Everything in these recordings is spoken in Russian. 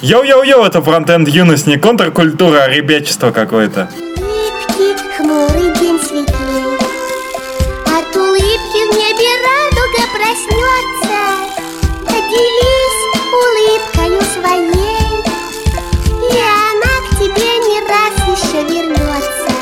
Йоу-йоу-йоу, это фронтенд юность, не контркультура, а ребячество какое-то. Улыбки, хмурый день светлей. От улыбки в небе радуга проснется. Поделись улыбкою своей, и она к тебе не раз еще вернется.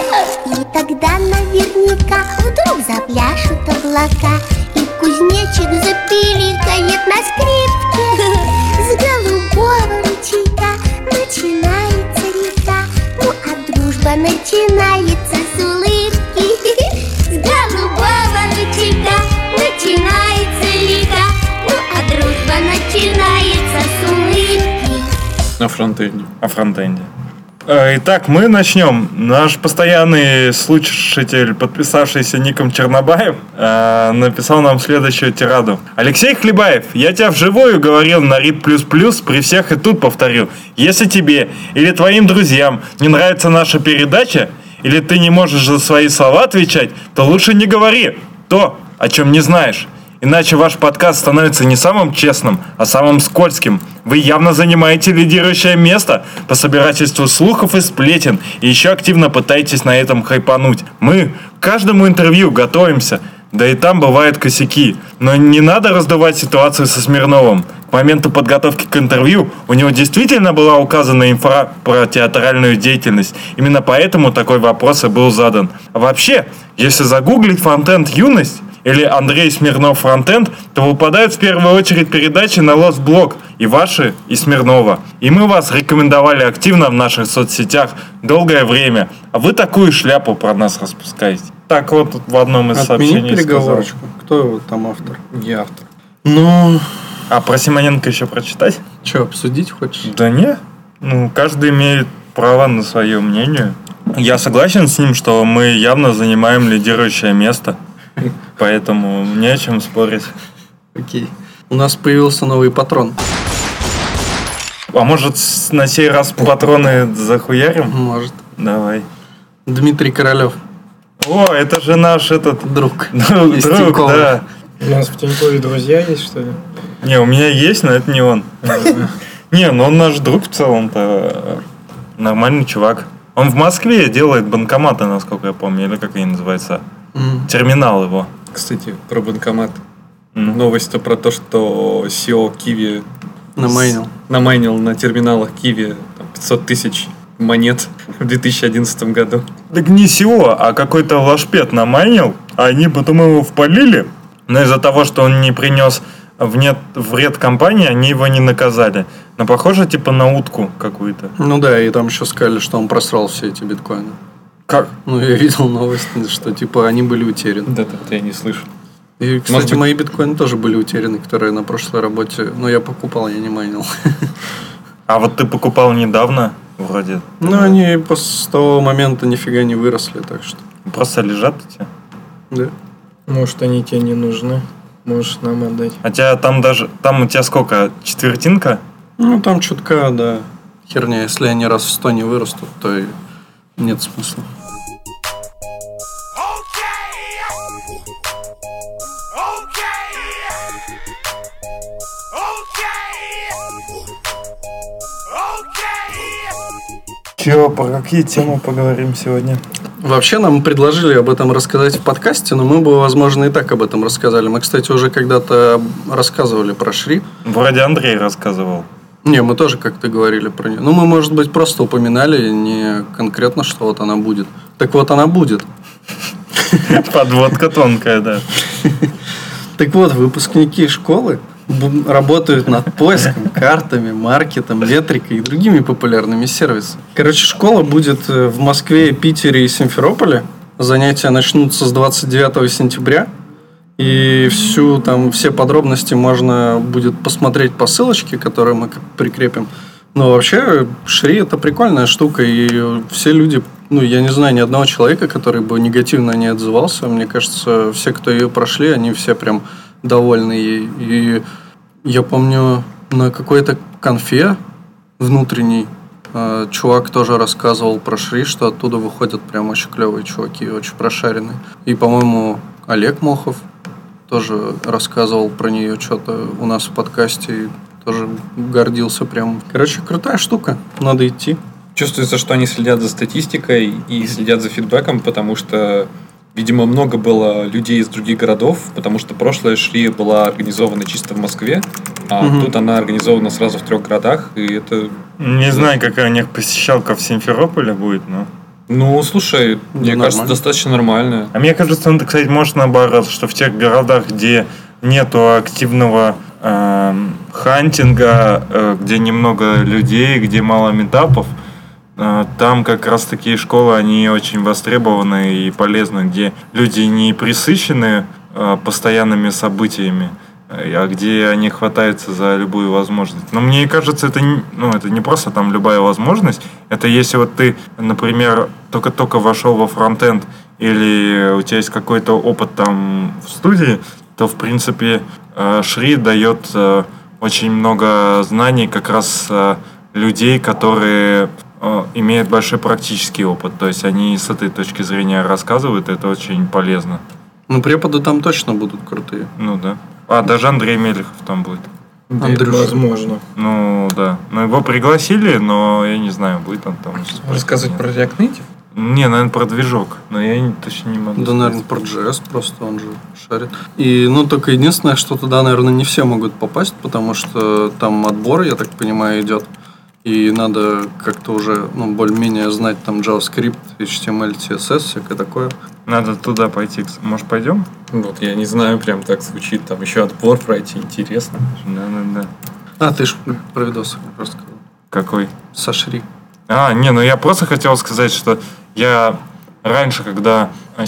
И тогда наверняка вдруг запляшут облака, и кузнечик запиликает на скрипке. С голубого ручейка начинается река, ну а дружба начинается с улыбки. С голубого ручейка начинается река, ну а дружба начинается с улыбки. На фронтенде. О фронтенде. Итак, мы начнем. Наш постоянный слушатель, подписавшийся ником Чернобаев, написал нам следующую тираду. Алексей Хлебаев, я тебя вживую говорил на RIP++, при всех и тут повторю. Если тебе или твоим друзьям не нравится наша передача, или ты не можешь за свои слова отвечать, то лучше не говори то, о чем не знаешь. Иначе ваш подкаст становится не самым честным, а самым скользким. Вы явно занимаете лидирующее место по собирательству слухов и сплетен, и еще активно пытаетесь на этом хайпануть. Мы к каждому интервью готовимся, да и там бывают косяки. Но не надо раздувать ситуацию со Смирновым. К моменту подготовки к интервью у него действительно была указана инфа про театральную деятельность. Именно поэтому такой вопрос и был задан. А вообще, если загуглить «Фронтенд юность» или Андрей Смирнов фронтенд, то выпадают в первую очередь передачи на Lost Blog и ваши, и Смирнова. И мы вас рекомендовали активно в наших соцсетях долгое время, а вы такую шляпу про нас распускаете. Так вот в одном из сообщений переговорочку. Кто там автор? Я автор. Ну, А про Симоненко еще прочитать? что, обсудить хочешь? Да не. Ну, каждый имеет право на свое мнение. Я согласен с ним, что мы явно занимаем лидирующее место. Поэтому не о чем спорить. Окей. У нас появился новый патрон. А может, на сей раз патроны захуярим? Может. Давай. Дмитрий Королев. О, это же наш этот... Друг. Друг, Из Тинькова. да. У нас в Тинькове друзья есть, что ли? Не, у меня есть, но это не он. Не, ну он наш друг в целом-то. Нормальный чувак. Он в Москве делает банкоматы, насколько я помню. Или как они называются? Терминал его. Кстати, про банкомат. Ну. Новость-то про то, что CEO Kiwi намайнил на терминалах Kiwi 500 тысяч монет в 2011 году. Так не СИО, а какой-то лошпед намайнил, а они потом его впалили. Но из-за того, что он не принес вред компании, они его не наказали. Но похоже типа на утку какую-то. Ну да, и там еще сказали, что он просрал все эти биткоины. Как? Ну, я видел новость, что типа они были утеряны. Да, я не слышу. И, кстати, Может быть... мои биткоины тоже были утеряны, которые на прошлой работе. Но я покупал, я не майнил. А вот ты покупал недавно, вроде. Ну, они с того момента нифига не выросли, так что. Просто лежат у тебя. Да. Может, они тебе не нужны. Можешь нам отдать. А тебя там у тебя сколько? Четвертинка? Ну, там чутка, да. Херня, если они раз в 100 не вырастут, то и нет смысла. Че, про какие темы поговорим сегодня? Вообще нам предложили об этом рассказать в подкасте, но мы бы, возможно, и так об этом рассказали. Мы, кстати, уже когда-то рассказывали про Шри. Вроде Андрей рассказывал. Не, мы тоже как-то говорили про нее. Ну, мы, может быть, просто упоминали не конкретно, что вот она будет. Так вот, она будет. Подводка тонкая, да. Так вот, выпускники школы работают над поиском, картами, маркетом, метрикой и другими популярными сервисами. Короче, школа будет в Москве, Питере и Симферополе. Занятия начнутся с 29 сентября. И все подробности можно будет посмотреть по ссылочке, которую мы прикрепим. Но вообще, Шри – это прикольная штука. И все люди, я не знаю ни одного человека, который бы негативно не отзывался. Мне кажется, все, кто ее прошли, они все прям довольны ей. И я помню, на какой-то конфе внутренней чувак тоже рассказывал про Шри, что оттуда выходят прям очень клевые чуваки, очень прошаренные. И, по-моему, Олег Мохов тоже рассказывал про нее что-то у нас в подкасте. тоже гордился прям. Короче, крутая штука, надо идти. Чувствуется, что они следят за статистикой и следят за фидбэком, потому что, видимо, много было людей из других городов, потому что прошлая Шри была организована чисто в Москве, а тут она организована сразу в 3 городах, и это... Не знаю, какая у них посещалка в Симферополе будет, но... Ну, слушай, мне кажется, достаточно нормально. А мне кажется, это, кстати, может наоборот, что в тех городах, где нету активного хантинга, где немного людей, где мало митапов, там как раз такие школы, они очень востребованы и полезны, где люди не пресыщены постоянными событиями, а где они хватаются за любую возможность. Но мне кажется, это не просто там любая возможность. Это если вот ты, например, только-только вошел во фронтенд или у тебя есть какой-то опыт там в студии, то, в принципе, Шри дает очень много знаний как раз людей, которые имеют большой практический опыт. То есть они с этой точки зрения рассказывают, это очень полезно. Ну, преподы там точно будут крутые. Ну, да. Даже Андрей Мелехов там будет. Андрюша. Возможно. Ну, да. Ну, его пригласили, но я не знаю, будет он там. Рассказывать про React Native? Не, наверное, про движок. Но я точно не могу. Да, наверное, про JS просто, он же шарит. И, только единственное, что туда, наверное, не все могут попасть, потому что там отбор, я так понимаю, идет. И надо как-то уже, более-менее знать там JavaScript, HTML, CSS, всякое такое. Надо туда пойти. Может, пойдем? Вот, я не знаю, прям так звучит. Там еще отбор пройти, интересно. Да. Ты же про видосы просто сказал. Какой? Со Шри. Я просто хотел сказать, что я раньше, когда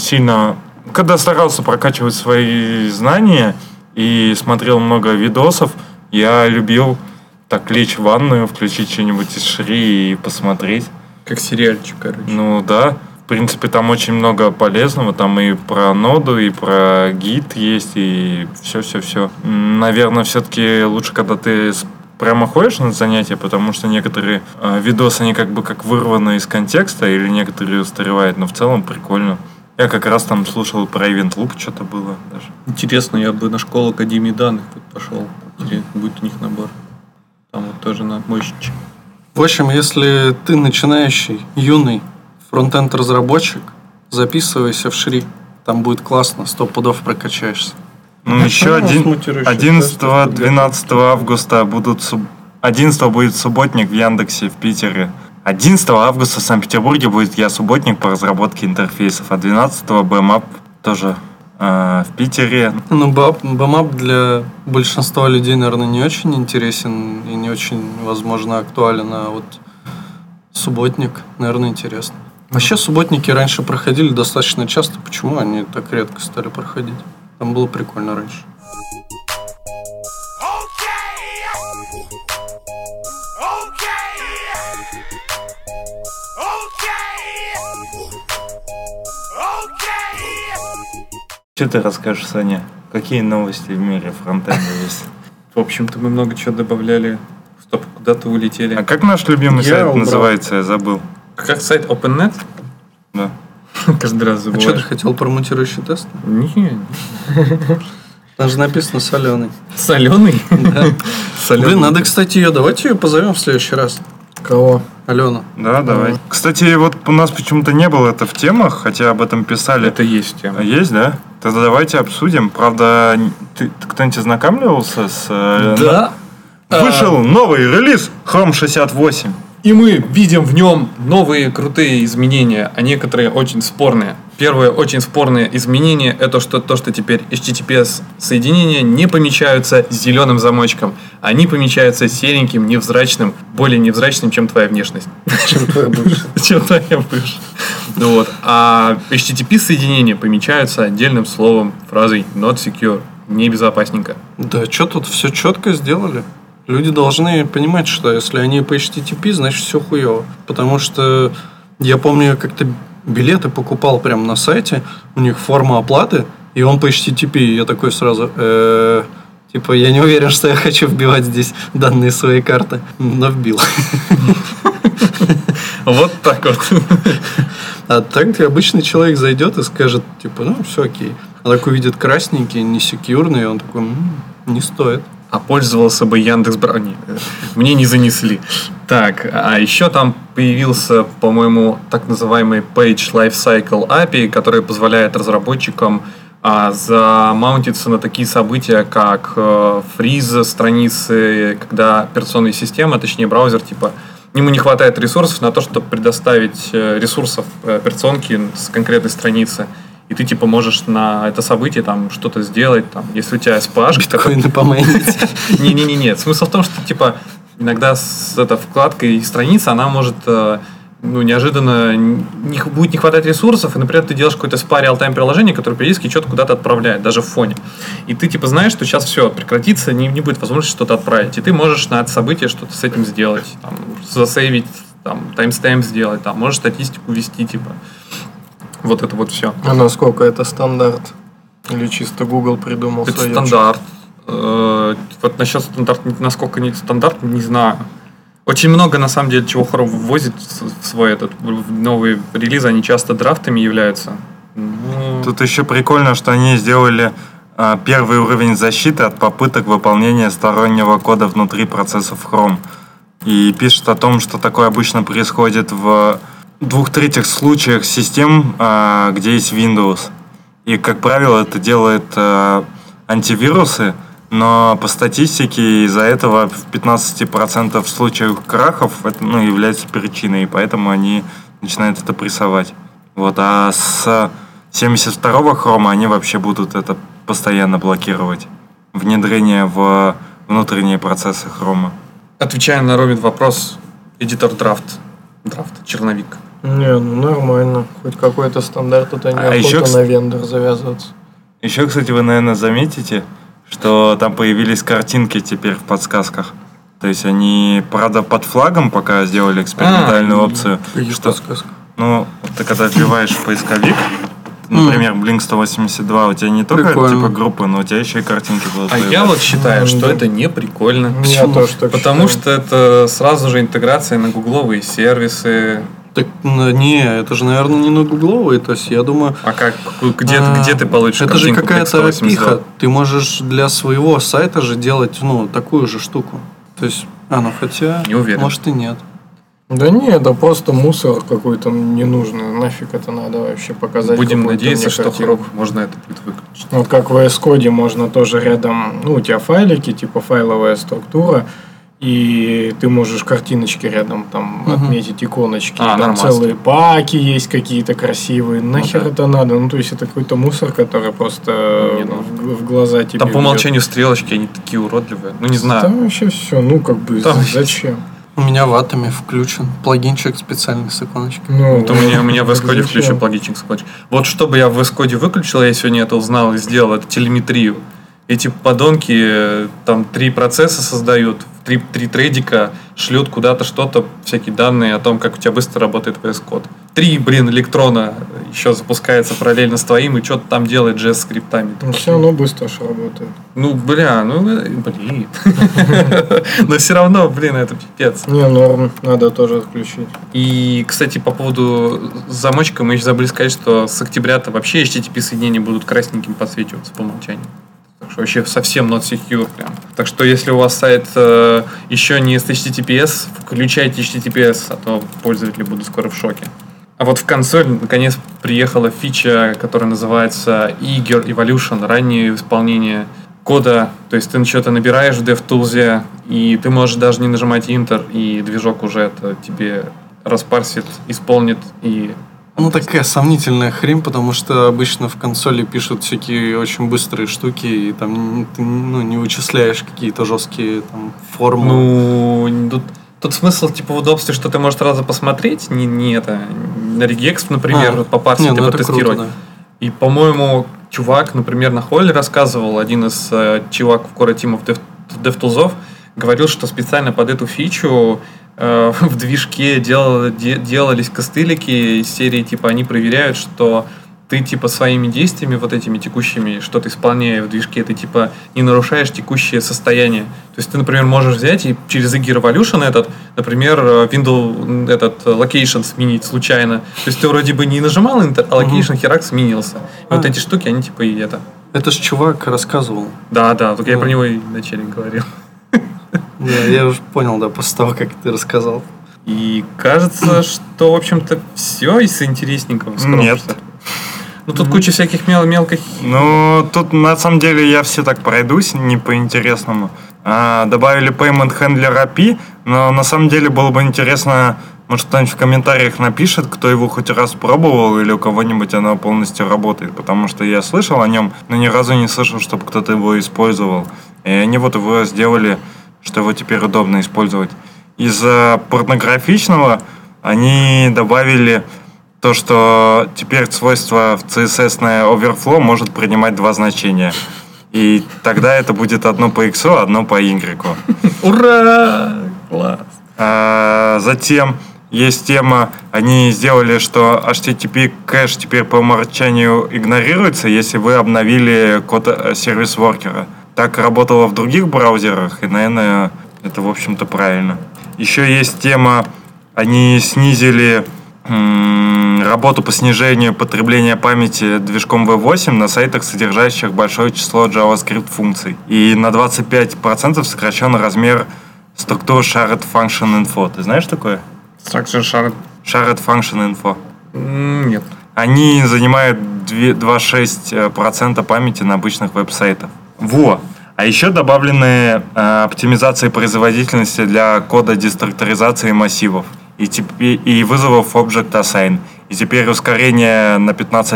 старался прокачивать свои знания и смотрел много видосов, я любил так лечь в ванную, включить что-нибудь из Шри и посмотреть. Как сериальчик, короче. Ну да. В принципе, там очень много полезного. Там и про ноду, и про гид есть, и все. Наверное, все-таки лучше, когда ты прямо ходишь на занятия, потому что некоторые видосы, они как бы как вырваны из контекста, или некоторые устаревают, но в целом прикольно. Я как раз там слушал про Event Loop, что-то было даже. Интересно, я бы на школу Академии данных пошел. Будет у них набор. Там вот тоже на мощничек. В общем, если ты начинающий, юный фронтенд-разработчик, записывайся в Шри. Там будет классно, 100 пудов прокачаешься. Еще 11-12 августа 11 будет субботник в Яндексе в Питере. 11 августа в Санкт-Петербурге будет Я субботник по разработке интерфейсов. А 12-го BMAP тоже в Питере. BMAP для большинства людей, наверное, не очень интересен и не очень, возможно, актуален. А вот субботник, наверное, интересно. Вообще субботники раньше проходили достаточно часто. Почему они так редко стали проходить? Там было прикольно раньше. Что ты расскажешь, Саня? Какие новости в мире фронтенда есть? В общем-то, мы много чего добавляли. Стоп, куда-то улетели. А как наш любимый сайт называется? Я забыл. Как сайт OpenNet? Да. Каждый раз забываешь. А что, ты хотел про мутирующий тест? Не. Там же написано соленый. Соленый? Да. Блин, надо, кстати, давайте ее позовем в следующий раз. Кого? Алену. Да, давай. Кстати, вот у нас почему-то не было это в темах, хотя об этом писали. Это есть тема. Есть, да? Тогда давайте обсудим. Правда, кто-нибудь ознакомливался с... Да. Вышел новый релиз Chrome 68. И мы видим в нем новые крутые изменения, а некоторые очень спорные. Первое очень спорное изменение — это то, что теперь HTTPS соединения не помечаются зеленым замочком. Они помечаются сереньким, невзрачным, более невзрачным, чем твоя внешность. Чем твоя бывшая. Чем твоя бывшая. Вот. А HTTP соединения помечаются отдельным словом, фразой not secure, небезопасненько. Да, что тут все четко сделали. Люди должны понимать, что если они по HTTP, значит все хуево. Потому что я помню, я как-то билеты покупал прямо на сайте, у них форма оплаты, и он по HTTP. И я такой сразу, я не уверен, что я хочу вбивать здесь данные своей карты. Но вбил. Вот так вот. А так обычный человек зайдет и скажет, все окей. А так увидит красненький, несекьюрный, и он такой, не стоит. а пользовался бы Яндекс.Браузером. Мне не занесли. Так, а еще там появился, по-моему, так называемый Page Lifecycle API, который позволяет разработчикам замаунтиться на такие события, как фриз страницы, когда операционная система, точнее браузер, типа, ему не хватает ресурсов на то, чтобы предоставить ресурсов операционки с конкретной страницы. И ты, типа, можешь на это событие там что-то сделать, там, если у тебя SPH... Биткоины помайнить. Не-не-не. Смысл в том, что, типа, иногда с этой вкладкой страницы она может... неожиданно будет не хватать ресурсов, и, например, ты делаешь какое-то SPA реал-тайм приложение, которое периодически что-то куда-то отправляет, даже в фоне. И ты, типа, знаешь, что сейчас все прекратится, не будет возможности что-то отправить. И ты можешь на это событие что-то с этим сделать, там, засейвить, там, таймстемп сделать, там, можешь статистику вести, типа. Вот это вот все. А насколько это стандарт? Или чисто Google придумал Это своё? стандарт. Вот насчет стандарта, насколько не стандарт, не знаю. Очень много, на самом деле, чего Chrome ввозит в свой новый релиз, они часто драфтами являются. Тут еще прикольно, что они сделали первый уровень защиты от попыток выполнения стороннего кода внутри процессов Chrome. И пишут о том, что такое обычно происходит в 2/3 случаях систем, где есть Windows. И, как правило, это делает антивирусы, но по статистике из-за этого в 15% случаев крахов это является причиной, и поэтому они начинают это прессовать. Вот. А с 72-го хрома они вообще будут это постоянно блокировать. Внедрение в внутренние процессы хрома. Отвечая на Робин вопрос, эдитор драфт, черновик. Не, нормально. Хоть какой-то стандарт, это неохота на вендор завязываться. Еще, кстати, вы, наверное, заметите, что там появились картинки теперь в подсказках. То есть они, правда, под флагом пока сделали экспериментальную опцию. Что? Ты когда вбиваешь в поисковик, например, Blink 182, у тебя не только типа группы, но у тебя еще и картинки будут появляться. Я вот считаю, что это не прикольно. Потому что это сразу же интеграция на гугловые сервисы. Так, это же, наверное, не на гугловые, то есть я думаю... А как, где ты получишь это картинку? Это же какая-то опиха. Ты можешь для своего сайта же делать, такую же штуку. То есть, хотя... Не уверен. Может и нет. Да не, это просто мусор какой-то ненужный. Нафиг это надо вообще показать. Будем надеяться, что можно это будет выключить. Вот как в VS Code можно тоже рядом, у тебя файлики, типа файловая структура, и ты можешь картиночки рядом там отметить, иконочки. Там целые паки есть какие-то красивые. Нахер это надо? То есть это какой-то мусор, который просто в глаза тебе... Там по умолчанию стрелочки, они такие уродливые. Не знаю. Там вообще все, зачем? У меня в Атоме включен плагинчик специальный с иконочкой. У меня в VS Code включен плагинчик с иконочкой. Вот чтобы я в VS Code выключил, я сегодня это узнал и сделал, это телеметрию. Эти подонки там 3 процесса создают, 3 трейдика шлют куда-то что-то, всякие данные о том, как у тебя быстро работает VS Code. 3, электрона еще запускается параллельно с твоим и что-то там делает JS-скриптами. Все равно быстро же работает. Блин. Но все равно, это пипец. Не, норм, надо тоже отключить. И, кстати, по поводу замочка, мы еще забыли сказать, что с октября-то вообще HTTP-соединения будут красненьким подсвечиваться по умолчанию. Так что вообще совсем not secure прям. Так что если у вас сайт еще не с HTTPS, включайте HTTPS, а то пользователи будут скоро в шоке. А вот в консоль наконец приехала фича, которая называется Eager Evolution, раннее исполнение кода. То есть ты что-то набираешь в DevTools, и ты можешь даже не нажимать Enter, и движок уже это тебе распарсит, исполнит и... такая сомнительная хрень, потому что обычно в консоли пишут всякие очень быстрые штуки, и там ты не вычисляешь какие-то жесткие формулы. Тут смысл в удобстве, что ты можешь сразу посмотреть, не это, на regex, например, попарсить и потестировать. Круто, да. И, по-моему, чувак, например, на Холле рассказывал, один из чуваков Core Team DevTools говорил, что специально под эту фичу в движке делались костылики из серии, они проверяют, что ты, своими действиями вот этими текущими, что-то исполняя в движке, ты, не нарушаешь текущее состояние. То есть ты, например, можешь взять и через Eager Evolution например, Windows location сменить случайно. То есть ты вроде бы не нажимал Enter, а location херак сменился. И вот эти штуки, они Это ж чувак рассказывал. Да, только я про него и вначале говорил. Да, я уже понял, да, после того, как ты рассказал. И кажется, что, в общем-то, все из интересненького. Нет. Ну, тут куча всяких мелких... Ну, тут, на самом деле, я все так пройдусь, не по-интересному. Добавили Payment Handler API, но на самом деле было бы интересно, может, кто-нибудь в комментариях напишет, кто его хоть раз пробовал или у кого-нибудь оно полностью работает, потому что я слышал о нем, но ни разу не слышал, чтобы кто-то его использовал. И они вот его сделали, что его теперь удобно использовать. Из порнографичного они добавили то, что теперь свойство в CSS-ное overflow может принимать два значения. И тогда это будет одно по X, одно по Y. Ура! Класс! Затем есть тема, они сделали, что HTTP кэш теперь по умолчанию игнорируется, если вы обновили код сервис-воркера. Так работало в других браузерах, и, наверное, это, в общем-то, правильно. Еще есть тема, они снизили работу по снижению потребления памяти движком V8 на сайтах, содержащих большое число JavaScript функций. И на 25% сокращен размер структуры Shared Function Info. Ты знаешь такое? Shared Function Info. Нет. Они занимают 2,6% памяти на обычных веб-сайтах. А еще добавлены оптимизации производительности для кода деструкторизации массивов и вызовов Object Assign. И теперь ускорение на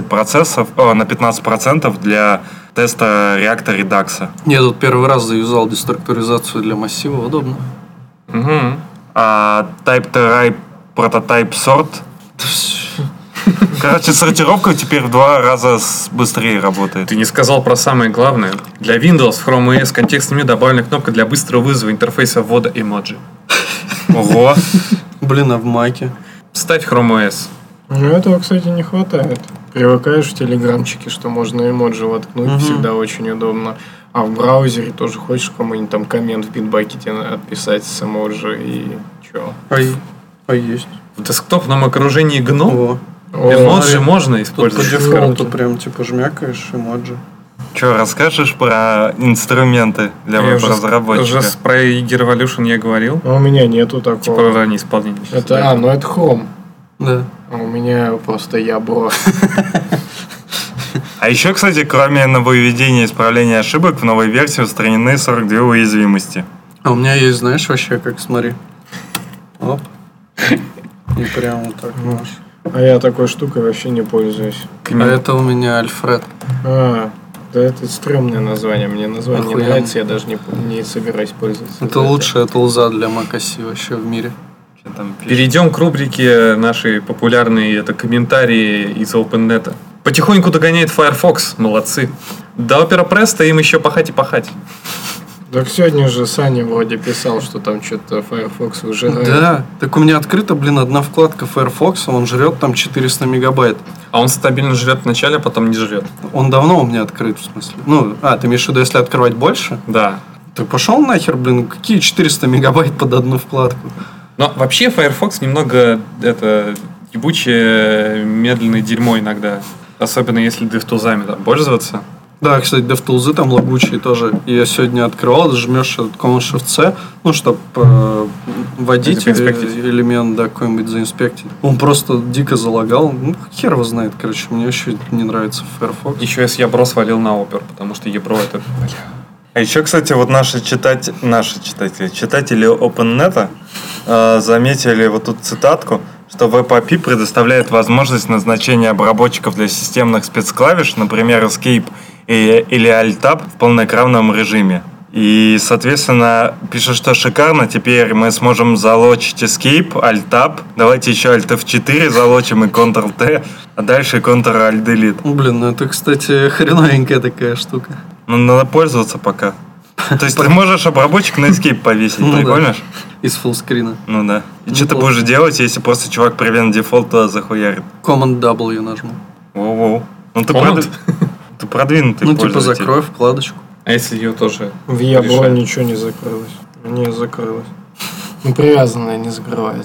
15% для теста React Redux. Я тут первый раз заюзал деструктуризацию для массива, удобно. Угу. А Type-to-Write Prototype Sort. Короче, сортировка теперь в 2 раза быстрее работает. Ты не сказал про самое главное. Для Windows в Chrome OS в контекстном меню добавлена кнопка для быстрого вызова интерфейса ввода эмоджи. Ого! Блин, а в Маке? Ставь Chrome OS. Ну, этого, кстати, не хватает. Привыкаешь в телеграмчике, что можно эмоджи воткнуть, всегда очень удобно. А в браузере тоже хочешь кому-нибудь там коммент в битбакете отписать с эмоджи и чё? А есть. В десктопном окружении GNOME О, эмоджи можно использовать. Тут по дефолту прям типа жмякаешь эмоджи. Че, расскажешь про инструменты для веб-разработчика? Уже про Eager Evolution я говорил. А у меня нету такого. Типа ранее исполнение. Это Chrome. Да. А у меня просто ябро. А еще, кстати, кроме нововведения и исправления ошибок, в новой версии устранены 42 уязвимости. А у меня есть, знаешь, вообще как, смотри. Оп. И прям вот так можешь. А я такой штукой вообще не пользуюсь. А это у меня Альфред. Да это стрёмное название. Мне название Охуенно. не нравится, я даже не собираюсь пользоваться. Это лучшая тулза для macOS вообще в мире. Перейдем к рубрике нашей популярной, это комментарии из OpenNet. Потихоньку догоняет Firefox, молодцы. До Opera Presto им еще пахать и пахать. Так сегодня же Саня вроде писал, что там что-то Firefox выжирает. Да, так у меня открыта, одна вкладка Firefox, он жрет там 400 мегабайт. А он стабильно жрет вначале, а потом не жрет. Он давно у меня открыт, в смысле. Ты имеешь в виду, если открывать больше? Да. Ты пошел нахер, какие 400 мегабайт под одну вкладку? Но вообще Firefox немного ебучее, медленное дерьмо иногда. Особенно если DevTools там пользоваться. Да, кстати, DevTools там лагучие тоже. Я сегодня открывал, жмешь Ctrl-Shift-C, чтобы вводить элемент, какой-нибудь заинспектить. Он просто дико залагал. Хер его знает, короче. Мне вообще не нравится Firefox. Еще если я брос свалил на Opera, потому что Ebro это... А еще, кстати, вот наши читатели OpenNet заметили вот тут цитатку, что Web-API предоставляет возможность назначения обработчиков для системных спецклавиш, например, Escape или Alt-Tab в полноэкранном режиме. И, соответственно, пишет, что шикарно, теперь мы сможем залочить Escape, Alt-Tab, давайте еще Alt-F4 залочим и Ctrl-T, а дальше Ctrl-Alt-Delete. Это, кстати, хреновенькая такая штука. Надо пользоваться пока. То есть ты можешь обработчик на Escape повесить, прикольно? Из фуллскрина. Ну да. И что ты будешь делать, если просто чувак prevent default туда захуярит? Command-W нажму. Воу-воу. Ну ты продвинутый пользователь. Закрой вкладочку. А если ее тоже в Ябро ничего не закрылось. Не закрылось. Привязанное не закрывается.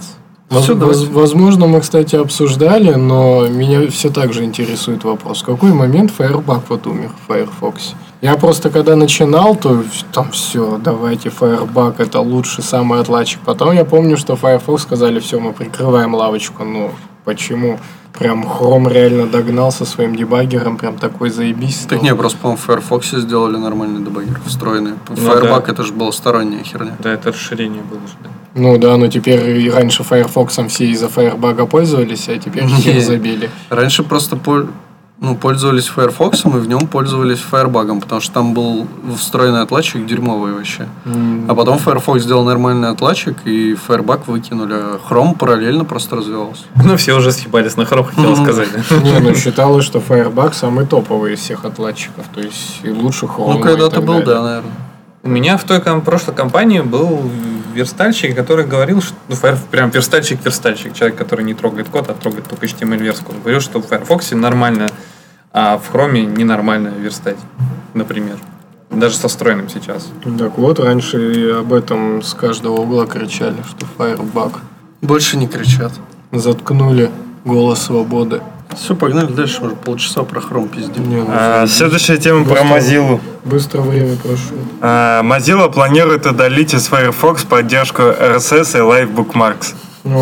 Возможно, мы, кстати, обсуждали, но меня все так же интересует вопрос. В какой момент Firebug вот умер в Firefox? Я просто когда начинал, то там все, давайте Firebug, это лучший самый отладчик. Потом я помню, что Firefox сказали, все, мы прикрываем лавочку. Ну, почему? Прям Chrome реально догнал со своим дебаггером, прям такой заебись стал. Так не, просто, по-моему, в Firefox сделали нормальный дебаггер, встроенный. Firebug это же была сторонняя херня. Да, это расширение было же, да. Ну да, но теперь и раньше Firefox все из-за Firebug пользовались, а теперь хер забили. Раньше просто пользовались Firefox, и в нем пользовались Firebug, потому что там был встроенный отладчик дерьмовый вообще. А потом Firefox сделал нормальный отладчик, и Firebug выкинули. А Chrome параллельно просто развивался. Ну, все уже съебались на Chrome, хотел сказать. Не, ну считалось, что Firebug самый топовый из всех отладчиков, то есть и лучше Chrome. Ну, когда-то был, да, наверное. У меня в той прошлой компании был верстальщик, который говорил, что прям верстальщик, человек, который не трогает код, а трогает только HTML-верстку. Он говорил, что в Firefox нормально, а в Chrome ненормально верстать, например. Даже со встроенным сейчас. Так вот, раньше об этом с каждого угла кричали, что Firebug. Больше не кричат. Заткнули голос свободы. Все, погнали дальше, уже полчаса про Chrome пиздим. Следующая тема про Mozilla. Быстро время прошло. Mozilla планирует удалить из Firefox поддержку RSS и Live Bookmarks.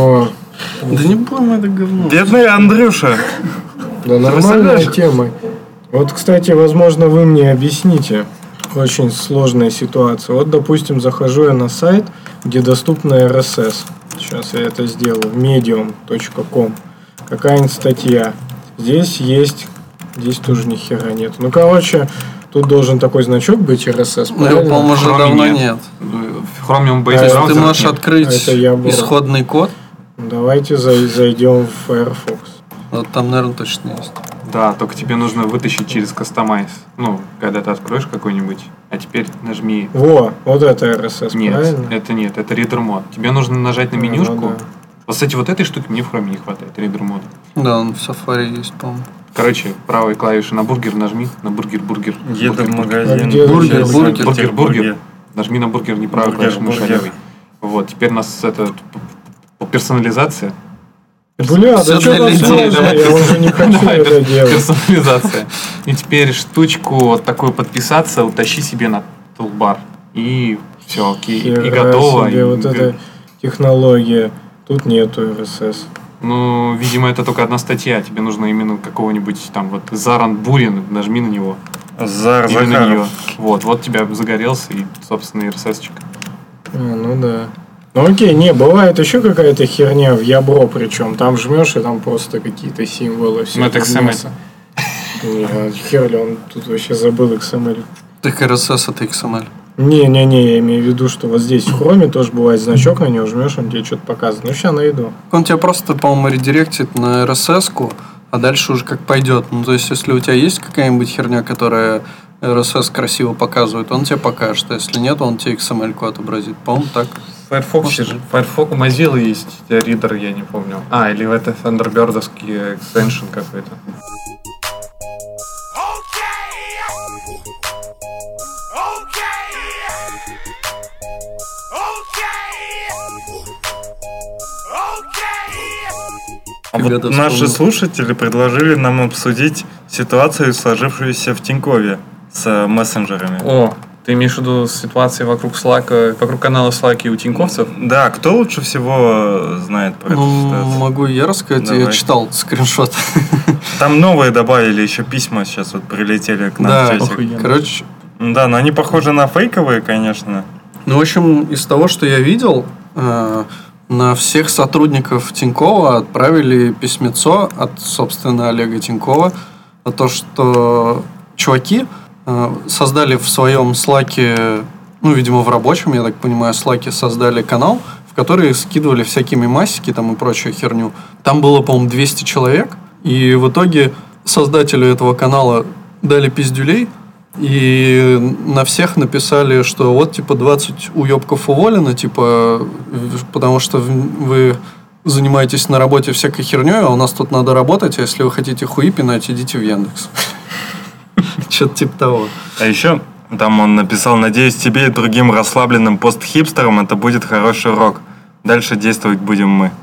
Да не будем это говно. Бедный Андрюша. Да нормальная тема. Вот, кстати, возможно, вы мне объясните. Очень сложная ситуация. Вот, допустим, захожу я на сайт, где доступна RSS. Сейчас я это сделаю. medium.com. Какая-нибудь статья. Здесь тоже ни хера нет. Ну, короче, тут должен такой значок быть RSS. Ну, его, по-моему, уже давно нет. В Chromium Base Bраузер. Ты можешь открыть исходный код. Давайте зайдем в Firefox. Вот там, наверное, точно есть. Да, только тебе нужно вытащить через Customize. Ну, когда ты откроешь какой-нибудь, а теперь нажми... Вот это RSS, правильно? Это Reader Mode. Тебе нужно нажать на менюшку. Вот, кстати, вот этой штуки мне в Chrome не хватает, Reader Mode. Да, он в Safari есть, по-моему. Короче, правой клавишей на бургер нажми, на бургер. Еду в магазин. Бургер. Нажми на бургер, не правой клавишей мыши, а левой. Вот, теперь у нас персонализация. Бля, да что там сложно? Я уже не хочу это делать. Персонализация. И теперь штучку вот такую подписаться, утащи себе на тулбар. И все, окей. И готово. Вот эта технология. Тут нету RSS. Ну, видимо, это только одна статья. Тебе нужно именно какого-нибудь там вот Заран Бурин, нажми на него. Именно на нее. Вот тебя загорелся и, собственно, RSS-чик. Ну да. Ну окей, бывает еще какая-то херня в ябро, причем там жмешь, и там просто какие-то символы. Ну это XML. Не, хер ли он тут вообще забыл XML. Так RSS это XML. Не, я имею в виду, что вот здесь в Chrome тоже бывает значок, на него жмешь, он тебе что-то показывает. Ну сейчас найду. Он тебя просто, по-моему, редиректит на RSS-ку, а дальше уже как пойдет. Ну то есть, если у тебя есть какая-нибудь херня, которая RSS красиво показывает, он тебе покажет. А если нет, он тебе XML-ку отобразит. По-моему, так. В Firefox у Mozilla есть ридер, я не помню. Или это Thunderbird-овский экстеншн какой-то. Вот наши слушатели предложили нам обсудить ситуацию, сложившуюся в Тинькове с мессенджерами. Ты имеешь в виду ситуацию вокруг канала Slack и у тиньковцев? Да, кто лучше всего знает про эту ситуацию? Могу я рассказать, Давай. Я читал скриншот. Там новые добавили еще письма, сейчас вот прилетели к нам в чатик. Короче. Да, но они похожи на фейковые, конечно. Ну, в общем, из того, что я видел, на всех сотрудников Тинькова отправили письмецо от, собственно, Олега Тинькова о том, что чуваки создали в своем Slack'е, ну, видимо, в рабочем, я так понимаю, Slack'е создали канал, в который скидывали всякие мемасики там и прочую херню. Там было, по-моему, 200 человек, и в итоге создателю этого канала дали пиздюлей, и на всех написали, что вот, типа, 20 уебков уволено, типа, потому что вы занимаетесь на работе всякой херней, а у нас тут надо работать, а если вы хотите хуи пинать, идите в Яндекс. Что-то типа того. А еще там он написал: надеюсь, тебе и другим расслабленным постхипстерам это будет хороший урок. Дальше действовать будем мы.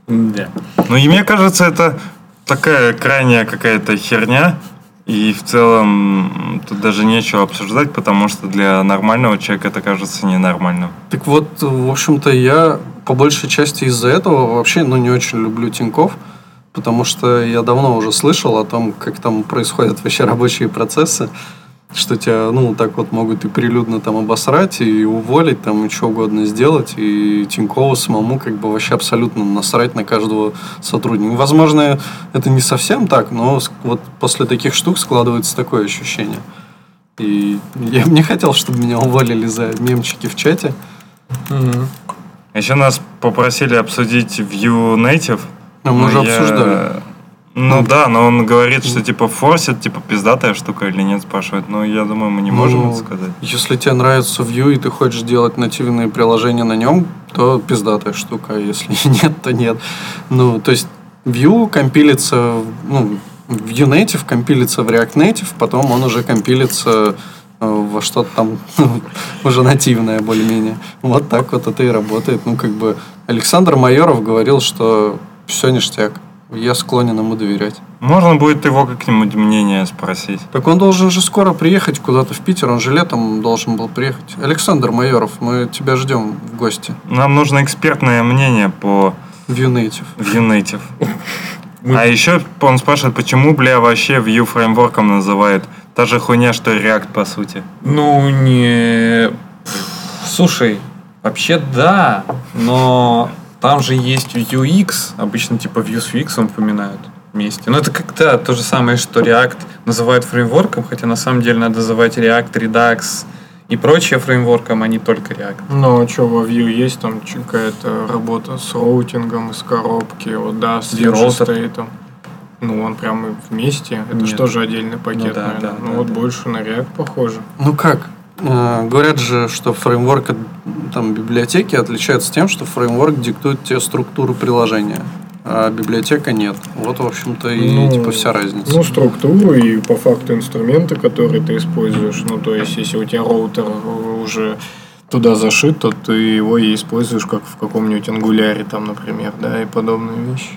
Да. Ну и мне кажется, это такая крайняя какая-то херня. И в целом тут даже нечего обсуждать, потому что для нормального человека это кажется ненормальным. Так вот, в общем-то, я по большей части из-за этого вообще не очень люблю Тинькофф, потому что я давно уже слышал о том, как там происходят вообще рабочие процессы, что тебя, так вот могут и прилюдно там обосрать, и уволить, там, и что угодно сделать, и Тинькову самому как бы вообще абсолютно насрать на каждого сотрудника. Возможно, это не совсем так, но вот после таких штук складывается такое ощущение. И я бы не хотел, чтобы меня уволили за мемчики в чате. Еще нас попросили обсудить Vue Native. Мы уже обсуждали. Да, но он говорит, что типа форсит, типа пиздатая штука или нет, спрашивает. Но я думаю, мы не можем это сказать. Если тебе нравится Vue, и ты хочешь делать нативные приложения на нем, то пиздатая штука. Если нет, то нет. То есть Vue компилится, Vue Native компилится в React Native, потом он уже компилится во что-то там уже нативное более-менее. Вот так вот это и работает. Александр Майоров говорил, что все ништяк. Я склонен ему доверять. Можно будет его как-нибудь мнение спросить. Так он должен же скоро приехать куда-то в Питер. Он же летом должен был приехать. Александр Майоров, мы тебя ждем в гости. Нам нужно экспертное мнение по Vue Native. А еще он спрашивает, почему, вообще Vue фреймворком называют? Та же хуйня, что и React, по сути. Слушай, вообще да, но... Там же есть UX, обычно типа Vue с UX упоминают вместе. Но это как-то то же самое, что React называют фреймворком, хотя на самом деле надо называть React, Redux и прочее фреймворком, а не только React. Ну, а что, во Vue есть там какая-то работа с роутингом из коробки, с Vue-стейтом. Он прямо вместе. Это же тоже отдельный пакет, наверное. Больше на React похоже. Говорят же, что фреймворк там библиотеки отличается тем, что фреймворк диктует тебе структуру приложения, а библиотека нет. Вот, в общем-то, и вся разница. Структуру и по факту инструменты, которые ты используешь. То есть, если у тебя роутер уже туда зашит, то ты его и используешь как в каком-нибудь ангуляре, там, например, и подобные вещи.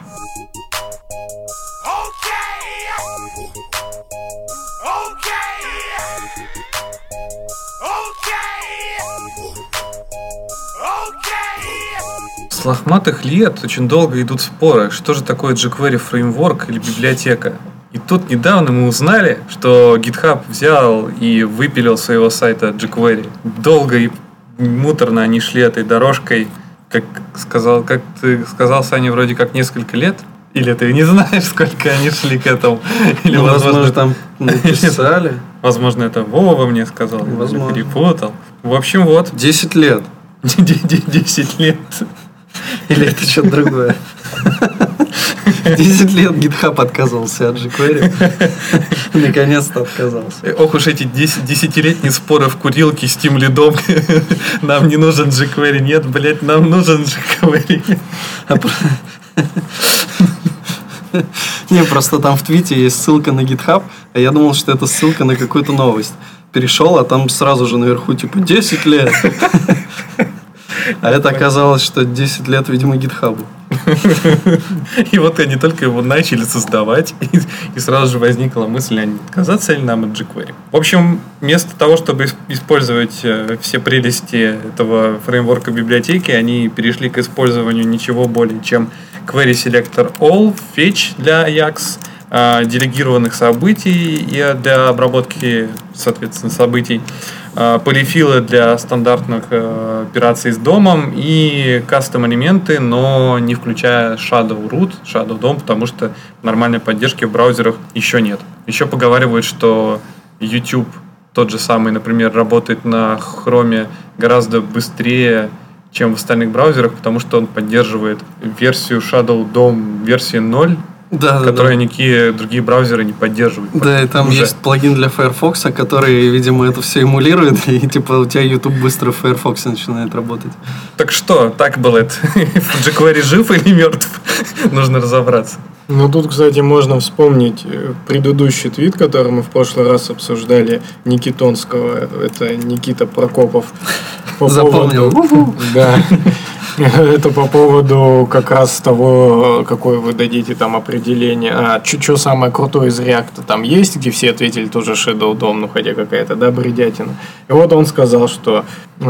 С лохматых лет очень долго идут споры, что же такое jQuery фреймворк или библиотека. И тут недавно мы узнали, что GitHub взял и выпилил с своего сайта jQuery. Долго и муторно они шли этой дорожкой, как ты сказал, Саня, вроде как несколько лет. Или ты не знаешь, сколько они шли к этому? Или, возможно, там написали. Возможно, это Вова мне сказал, возможно. Я перепутал. В общем, 10 лет. 10 лет. Или это что-то другое? 10 лет GitHub отказывался от jQuery. Наконец-то отказался. Ох уж эти 10-летние споры в курилке с Team Lead'ом. Нам не нужен jQuery. Нет, нам нужен jQuery. Не, просто там в твите есть ссылка на GitHub, а я думал, что это ссылка на какую-то новость. Перешел, а там сразу же наверху 10 лет. А это оказалось, что 10 лет, видимо, GitHub. И они только его начали создавать, и сразу же возникла мысль, а не отказаться ли нам от jQuery. В общем, вместо того, чтобы использовать все прелести этого фреймворка библиотеки, они перешли к использованию ничего более, чем Query Selector All, Fetch для Ajax, делегированных событий и для обработки, соответственно, событий, полифилы для стандартных операций с домом и кастом-элементы, но не включая Shadow Root, Shadow DOM, потому что нормальной поддержки в браузерах еще нет. Еще поговаривают, что YouTube тот же самый, например, работает на Chrome гораздо быстрее, чем в остальных браузерах, потому что он поддерживает версию Shadow DOM версии 0, которые никакие другие браузеры не поддерживают. Да, и там есть плагин для Firefox, который, видимо, это все эмулирует, и у тебя YouTube быстро в Firefox начинает работать. Так что, так было это? jQuery жив или мертв? Нужно разобраться. Тут, кстати, можно вспомнить предыдущий твит, который мы в прошлый раз обсуждали, Никитонского. Это Никита Прокопов. Запомнил. Да. Это по поводу как раз того, какое вы дадите там определение. Что самое крутое из React там есть, где все ответили тоже Shadow DOM, ну хотя какая-то, да, бредятина. И вот он сказал, что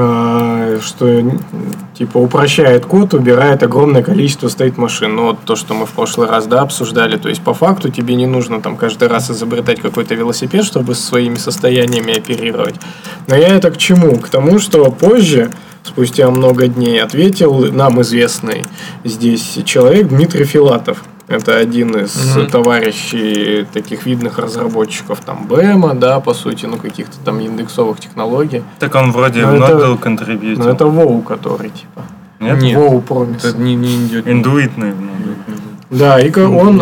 типа упрощает код, убирает огромное количество стейт-машин. Ну вот то, что мы в прошлый раз, да, обсуждали. То есть по факту тебе не нужно там каждый раз изобретать какой-то велосипед, чтобы со своими состояниями оперировать. Но я это к чему? К тому, что позже, спустя много дней, ответил нам известный здесь человек Дмитрий Филатов. Это один из товарищей таких видных разработчиков там БЭМа, да, по сути, ну каких-то там индексовых технологий. Так он вроде в Nodal контрибьютил. Ну это WoW, который типа. Нет? WoW Promise. Это не идет. Индуитный. Да, и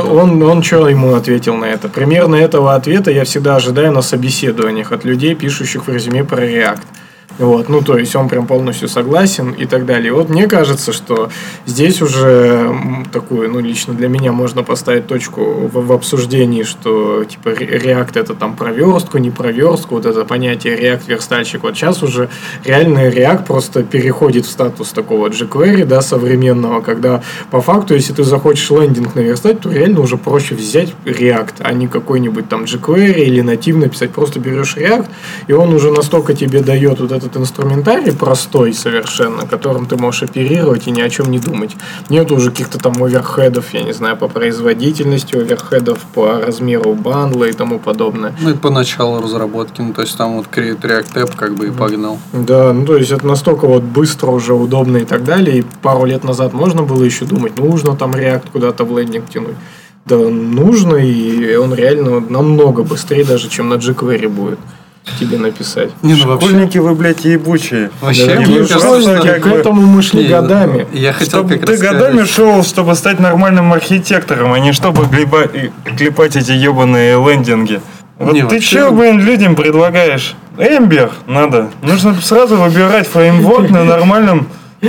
он что ему ответил на это? Примерно этого ответа я всегда ожидаю на собеседованиях от людей, пишущих в резюме про React. Вот, ну, то есть он прям полностью согласен и так далее. Вот мне кажется, что здесь уже такую, ну, лично для меня можно поставить точку в обсуждении, что, типа, React это там про верстку, не про верстку, вот это понятие React-верстальщик. Вот сейчас уже реальный React просто переходит в статус такого jQuery, да, современного, когда по факту, если ты захочешь лендинг наверстать, то реально уже проще взять React, а не какой-нибудь там jQuery или нативно писать. Просто берешь React, и он уже настолько тебе дает вот этот инструментарий простой совершенно, которым ты можешь оперировать и ни о чем не думать. Нет уже каких-то там оверхедов, я не знаю, по производительности, оверхедов по размеру бандла и тому подобное. Ну и по началу разработки, ну то есть там вот Create React App как бы и погнал. Да, ну то есть это настолько вот быстро уже, удобно и так далее. И пару лет назад можно было еще думать, нужно там React куда-то в лендинг тянуть. Да, нужно, и он реально намного быстрее даже, чем на jQuery будет тебе написать. Не, ну школьники вы, блядь, ебучие. Вообще, да, мне кажется, к этому мы шли годами. Я хотел чтобы как ты раз годами сказать, шел, чтобы стать нормальным архитектором, а не чтобы клепать эти ебаные лендинги. Вот Не, ты вообще... че, блин, людям предлагаешь? Эмбер надо. Нужно сразу выбирать фреймворк на нормальном...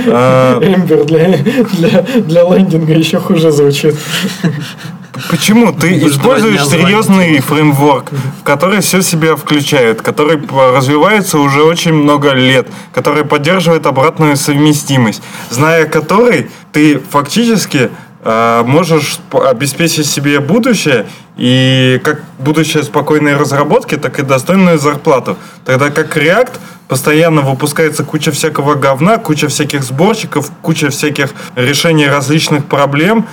Эмбер для лендинга еще хуже звучит. Почему? Ты Будешь используешь серьезный фреймворк, в который все себя включают, который развивается уже очень много лет, который поддерживает обратную совместимость, зная который ты фактически можешь обеспечить себе будущее, и как будущее спокойной разработки, так и достойную зарплату. Тогда как React постоянно выпускается куча всякого говна, куча всяких сборщиков, куча всяких решений различных проблем,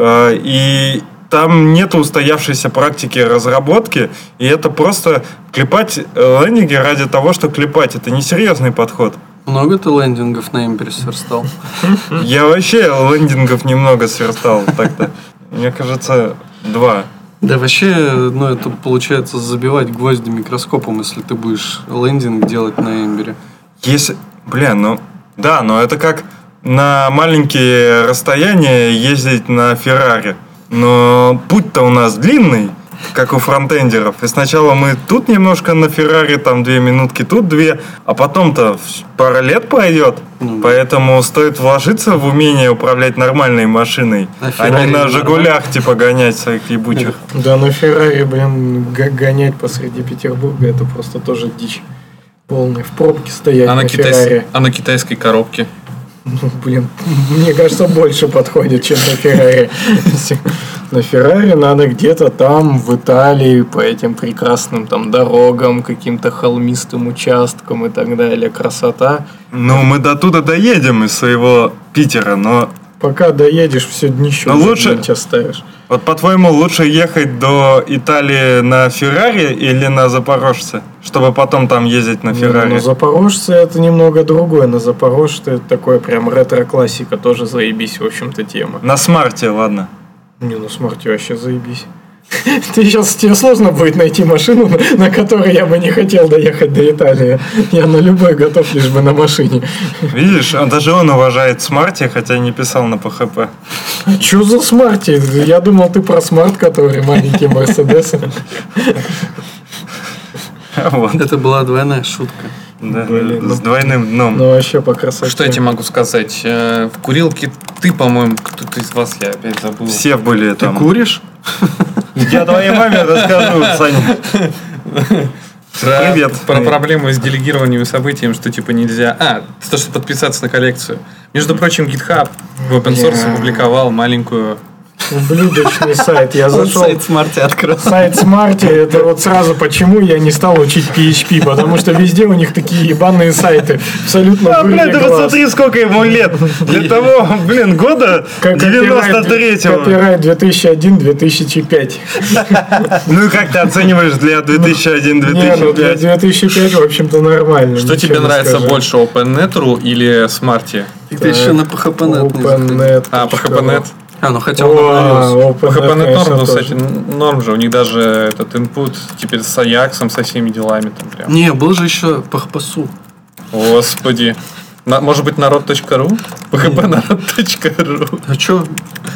и там нет устоявшейся практики разработки, и это просто клепать лендинги ради того, что клепать. Это несерьезный подход. Много ты лендингов на Эмбере сверстал? Я вообще лендингов немного сверстал так-то. Мне кажется, 2. Да вообще, ну это получается забивать гвозди микроскопом, если ты будешь лендинг делать на Эмбере. Если... Да, но это как на маленькие расстояния ездить на Феррари. Но путь-то у нас длинный, как у фронтендеров. И сначала мы тут немножко на Феррари, там 2 минутки, тут 2, а потом-то пара лет пройдет. Поэтому стоит вложиться в умение управлять нормальной машиной, а не на Жигулях типа гонять своих ебучих. Да, на Феррари, блин, гонять посреди Петербурга, это просто тоже дичь. Полная. В пробке стоять на Феррари. А на китайской коробке? Ну, блин, мне кажется, больше подходит, чем на Феррари. На Феррари надо где-то там, в Италии, по этим прекрасным там дорогам, каким-то холмистым участкам и так далее. Красота. Ну, мы до туда доедем из своего Питера, но... Пока доедешь, все днище лучше оставишь. Вот, по-твоему, лучше ехать до Италии на Феррари или на Запорожце, чтобы потом там ездить на Феррари? Ну, Запорожце это немного другое. На Запорожце это такое прям ретро-классика, тоже заебись, в общем-то, тема. На Смарте, ладно. Не, на Смарте вообще заебись. Тебе сложно будет найти машину, на которой я бы не хотел доехать до Италии. Я на любой готов, лишь бы на машине. Видишь, даже он уважает Смарте, хотя не писал на PHP. Чё за Смарте? Я думал, ты про Смарт, который маленький Мерседес. Это была двойная шутка. Да, с двойным дном. Ну, вообще по красоте. Что я тебе могу сказать? В курилке ты, по-моему, кто-то из вас, я опять забыл. Все были там. Ты куришь? Я твоей маме расскажу, Саня. Привет. Про проблему с делегированием событием, что типа нельзя... то, что подписаться на коллекцию. Между прочим, GitHub в open source опубликовал маленькую... Ублюдочный сайт. Я зашел. Сайт Smarty открыл. Сайт Smarty, это вот сразу почему я не стал учить PHP, потому что везде у них такие ебаные сайты. Абсолютно блин, ты посмотри, сколько ему лет. Для того, года 93-го. Копирайт 2001-2005. Ну и как ты оцениваешь для 2001-2005? Для 2005, в общем-то, нормально. Что тебе нравится больше, OpenNet.ru или Smarty? Ты еще на PHP.net не закрыл. PHP.net. Ну хотя бы PHP.net норм, ну, кстати, норм же. У них даже этот input теперь с Ajax, со всеми делами там прям. Не, был же еще PHP.su. Господи. Может быть, народ.ру? phpnarod.ru. А что?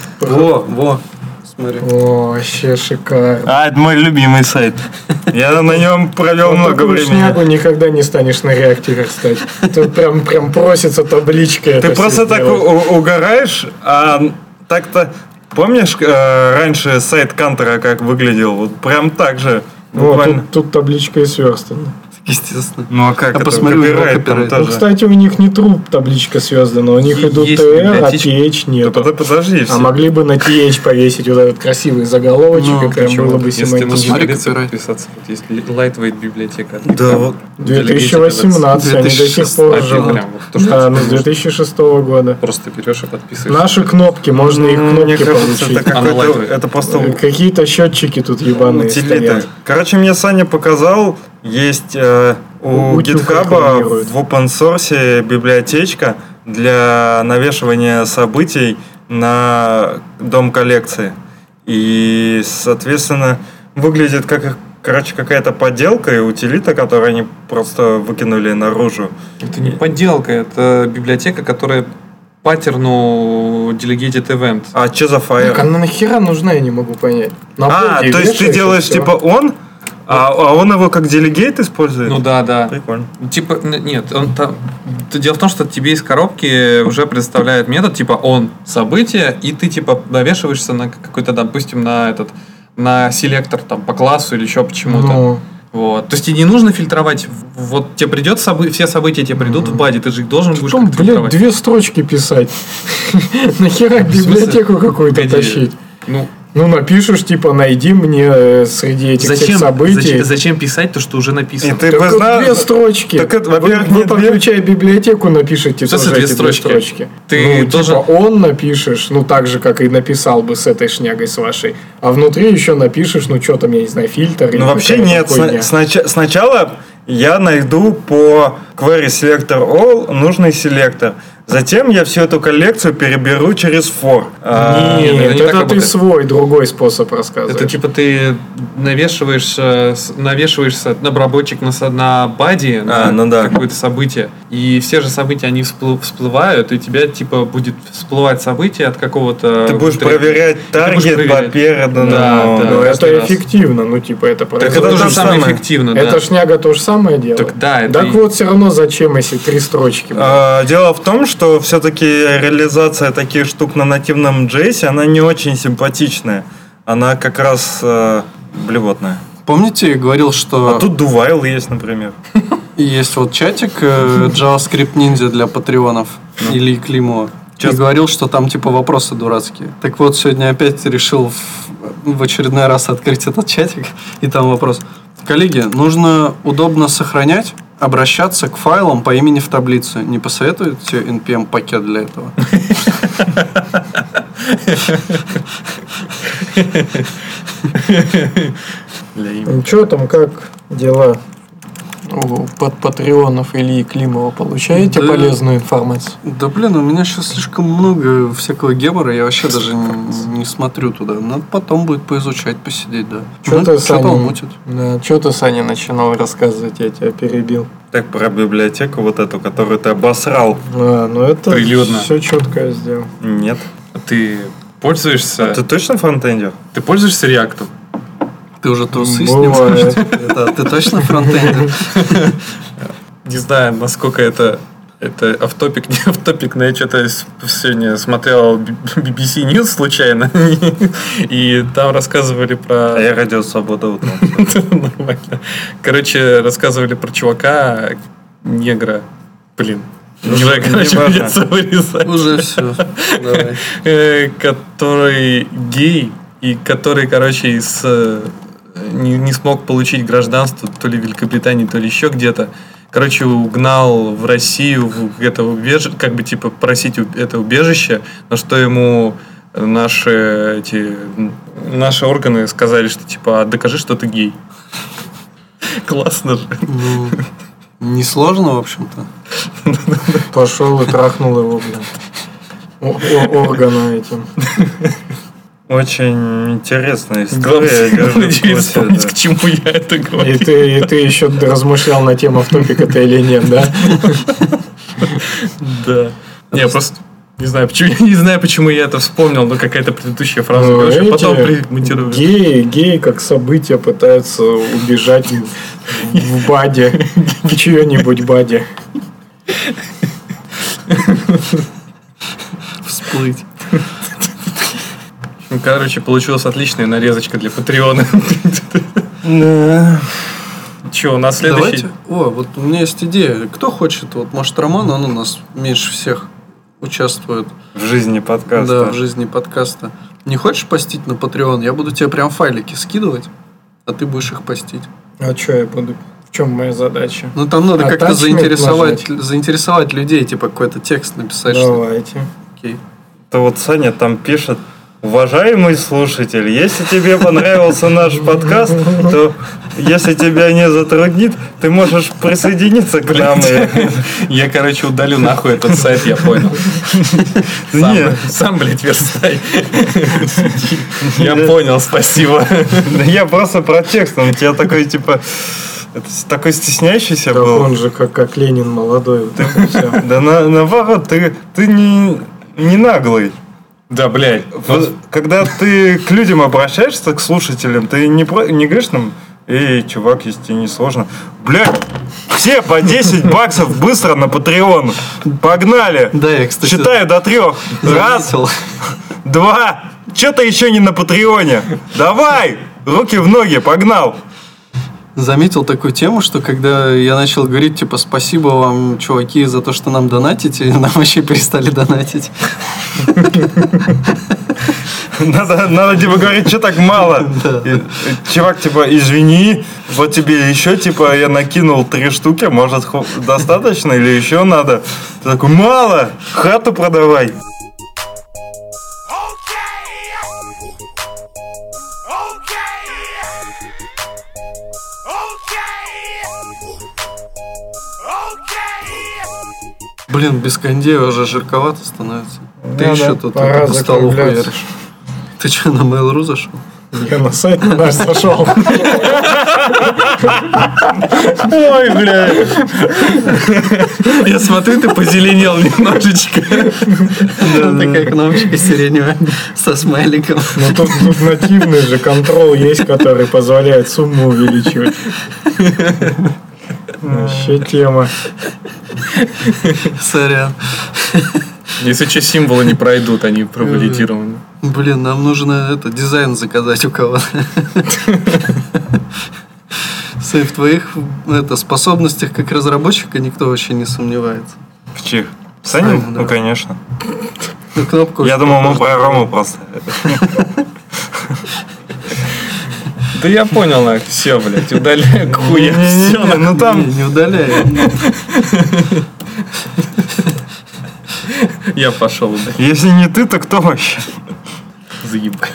Во. Смотри. О, вообще шикарно. Это мой любимый сайт. Я на нем провел много времени. Шнягу никогда не станешь на реакте верстать. Тут прям просится табличка. Ты просто так угораешь, а так-то... Помнишь раньше сайт Кантера как выглядел? Вот прям так же. Ну, тут табличка и сверстана. Естественно. Ну а как это? Посмотрю его копирайт. Ну, кстати, у них не true табличка связана, у них идут TR, а TH нет. Подожди. А могли бы на TH повесить вот этот красивый заголовочек, и прям было бы семантично. Если подписаться, вот есть Lightweight библиотека. Да, вот. 2018, они до сих пор живут. Да, с 2006 года. Просто берешь и подписываешь. Наши кнопки, можно их кнопки получить. Это просто... Какие-то счетчики тут ебаные стоят. Короче, мне Саня показал, есть у GitHub в open source библиотечка для навешивания событий на дом коллекции. И, соответственно, выглядит как, какая-то подделка и утилита, которую они просто выкинули наружу. Это не подделка, это библиотека, которая паттерну Delegated Event. А что за файл? Так она нахера нужна, я не могу понять. То есть ты делаешь типа он, а он его как делегейт использует? Ну да. Прикольно. Типа, нет, он там... Дело в том, что тебе из коробки уже представляет метод, типа он событие, и ты типа навешиваешься на какой-то, допустим, на селектор там по классу или еще почему-то. Вот. То есть тебе не нужно фильтровать. Вот тебе придет все события тебе придут в баде, ты же их должен будешь как-то фильтровать. 2 строчки писать. Нахера библиотеку какую-то тащить? Ну, напишешь, типа, найди мне среди этих всех событий. Зачем писать то, что уже написано? И ты бы знал... 2 строчки. Вы подключая библиотеку, напишите тоже эти 2 строчки. Ты должен... Типа, он напишешь, так же, как и написал бы с этой шнягой с вашей. А внутри еще напишешь, что там, я не знаю, фильтр. Ну, вообще нет. Сначала я найду по query selector all нужный селектор. Затем я всю эту коллекцию переберу через for. Нет, это ты свой, другой способ рассказываешь. Это типа ты навешиваешься на обработчик на баде, на какое-то событие. И все же события, они всплывают, и у тебя типа будет всплывать событие от какого-то... Ты будешь проверять таргет по переданному. Да, это эффективно. Это тоже самое эффективно. Это шняга то же самое делает. Так вот, все равно зачем, если 3 строчки? Дело в том, что все-таки реализация таких штук на нативном JS, она не очень симпатичная. Она как раз блевотная. Помните, я говорил, что... А тут Duvile есть, например. Есть вот чатик JavaScript Ninja для патреонов Ильи Климова. И говорил, что там типа вопросы дурацкие. Так вот, сегодня опять решил в очередной раз открыть этот чатик. И там вопрос. Коллеги, нужно удобно сохранять, обращаться к файлам по имени в таблице. Не посоветуете npm пакет для этого? Что там, как дела под патреонов Ильи Климова? Получаете полезную информацию? Да у меня сейчас слишком много всякого гемора, я вообще даже не смотрю туда. Надо потом будет поизучать, посидеть, да. Что-то мутит. Да, что ты, Саня, начинал рассказывать, я тебя перебил. Так, про библиотеку вот эту, которую ты обосрал. Это прилюдно. Все четко я сделал. Нет. Ты пользуешься... Ты точно фронтендер? Ты пользуешься React? Ты уже трусы снимаешь? Ты точно фронтендер? Не знаю, насколько это офф-топик, не офф-топик, но я что-то сегодня смотрел BBC News случайно, и там рассказывали про... А я Радио Свобода утром. Нормально. Короче, рассказывали про чувака, негра. Блин, придется вырезать. Уже все. Давай. Который гей, и который, не смог получить гражданство то ли в Великобритании, то ли еще где-то. Угнал в Россию просить это убежище, но что ему наши органы сказали, что докажи, что ты гей. Классно же. Несложно, в общем-то. Пошел и трахнул его, органа этим. Очень интересная история. Надеюсь вспомнить, к чему я это говорю. И ты еще размышлял на тему, автопик это или нет, да? Да. Я просто не знаю, почему я это вспомнил, но какая-то предыдущая фраза. Потом примонтирую. Геи как события пытаются убежать в баде, в чье-нибудь баде. Всплыть. Получилась отличная нарезочка для Патреона. Че, у нас следующий? Давайте. Вот у меня есть идея. Кто хочет, может, Роман, он у нас меньше всех участвует. В жизни подкаста. Да, в жизни подкаста. Не хочешь постить на Patreon? Я буду тебе прям файлики скидывать, а ты будешь их постить. А что я буду? В чем моя задача? Там надо как-то заинтересовать людей, какой-то текст написать. Давайте. Окей. То Саня там пишет: уважаемый слушатель, если тебе понравился наш подкаст, то если тебя не затруднит, ты можешь присоединиться к нам. Я, удалю нахуй этот сайт, я понял. Сам, блядь, верстай. Я понял, спасибо. Я просто про текст, он тебя такой, такой стесняющийся был. Он же как Ленин молодой. Да наоборот, ты не наглый. Да, блядь. Когда ты к людям обращаешься, к слушателям, ты не говоришь нам: эй, чувак, если тебе не сложно. Блядь, все по 10 баксов быстро на Patreon. Погнали. Да, я, кстати, считаю до 3. Раз, 2. Че ты еще не на Патреоне? Давай, руки в ноги, погнал. Заметил такую тему, что когда я начал говорить, спасибо вам, чуваки, за то, что нам донатите, нам вообще перестали донатить. Надо говорить, что так мало. Чувак, извини, вот тебе еще, я накинул 3 штуки, может, достаточно или еще надо? Ты такой: мало, хату продавай. Блин, без кондея уже жарковато становится. Ты Надо, еще тут пора по столу закругляться. хуяришь. Ты что, на Mail.ru зашел? Я на сайт наш зашел. Ой, бля. Я смотрю, ты позеленел немножечко. Такая кнопочка сиреневая со смайликом. Но тут нативный же контрол есть, который позволяет сумму увеличивать. Вообще тема. Сорян. Если что, символы не пройдут, они провалидированы. Блин, нам нужно дизайн заказать у кого-то. В твоих способностях как разработчика никто вообще не сомневается. В чьих? Саня? Да. Ну, конечно. Кнопку. Я думал, мы про Рому просто. Да я понял, все, блядь, удаляй к хуя. Ну там... Не удаляй. Я пошел удалять. Если не ты, то кто вообще? Заебай.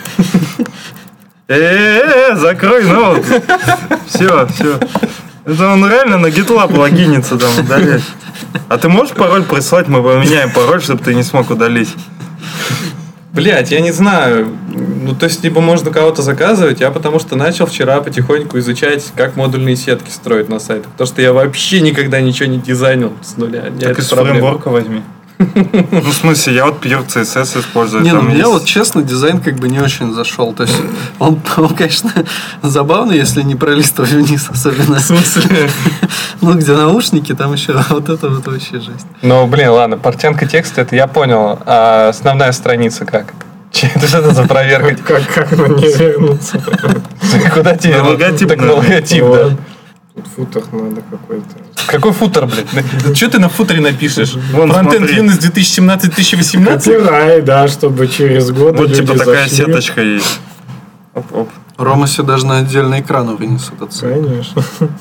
Закрой ноут. Все. Это он реально на GitLab логинится там удалять. А ты можешь пароль прислать, мы поменяем пароль, чтобы ты не смог удалить. Блять, я не знаю. То есть, либо можно кого-то заказывать, я потому что начал вчера потихоньку изучать, как модульные сетки строить на сайтах. Потому что я вообще никогда ничего не дизайнил с нуля. Так из фреймворка возьми. Ну, в смысле, я Pure CSS использую. Не, мне честно, дизайн не очень зашел. То есть, он, конечно, забавный, если не пролистывать вниз особенно. В смысле? Где наушники, там еще это вообще жесть. Ну, блин, ладно, портянка текста, это я понял. А основная страница как? Это что это за проверка? Как на ней вернуться? Куда тебе? На логотип, так на логотип, да. Тут футер надо какой-то. Какой футер, блядь? Что ты на футере напишешь? Вон, Фронтенд смотри. юность 2017-2018? Копирайт, да, чтобы через год Вот люди типа такая зашли. сеточка есть. Оп-оп. Рома себе даже на отдельный экран вынесут от сайта. Конечно.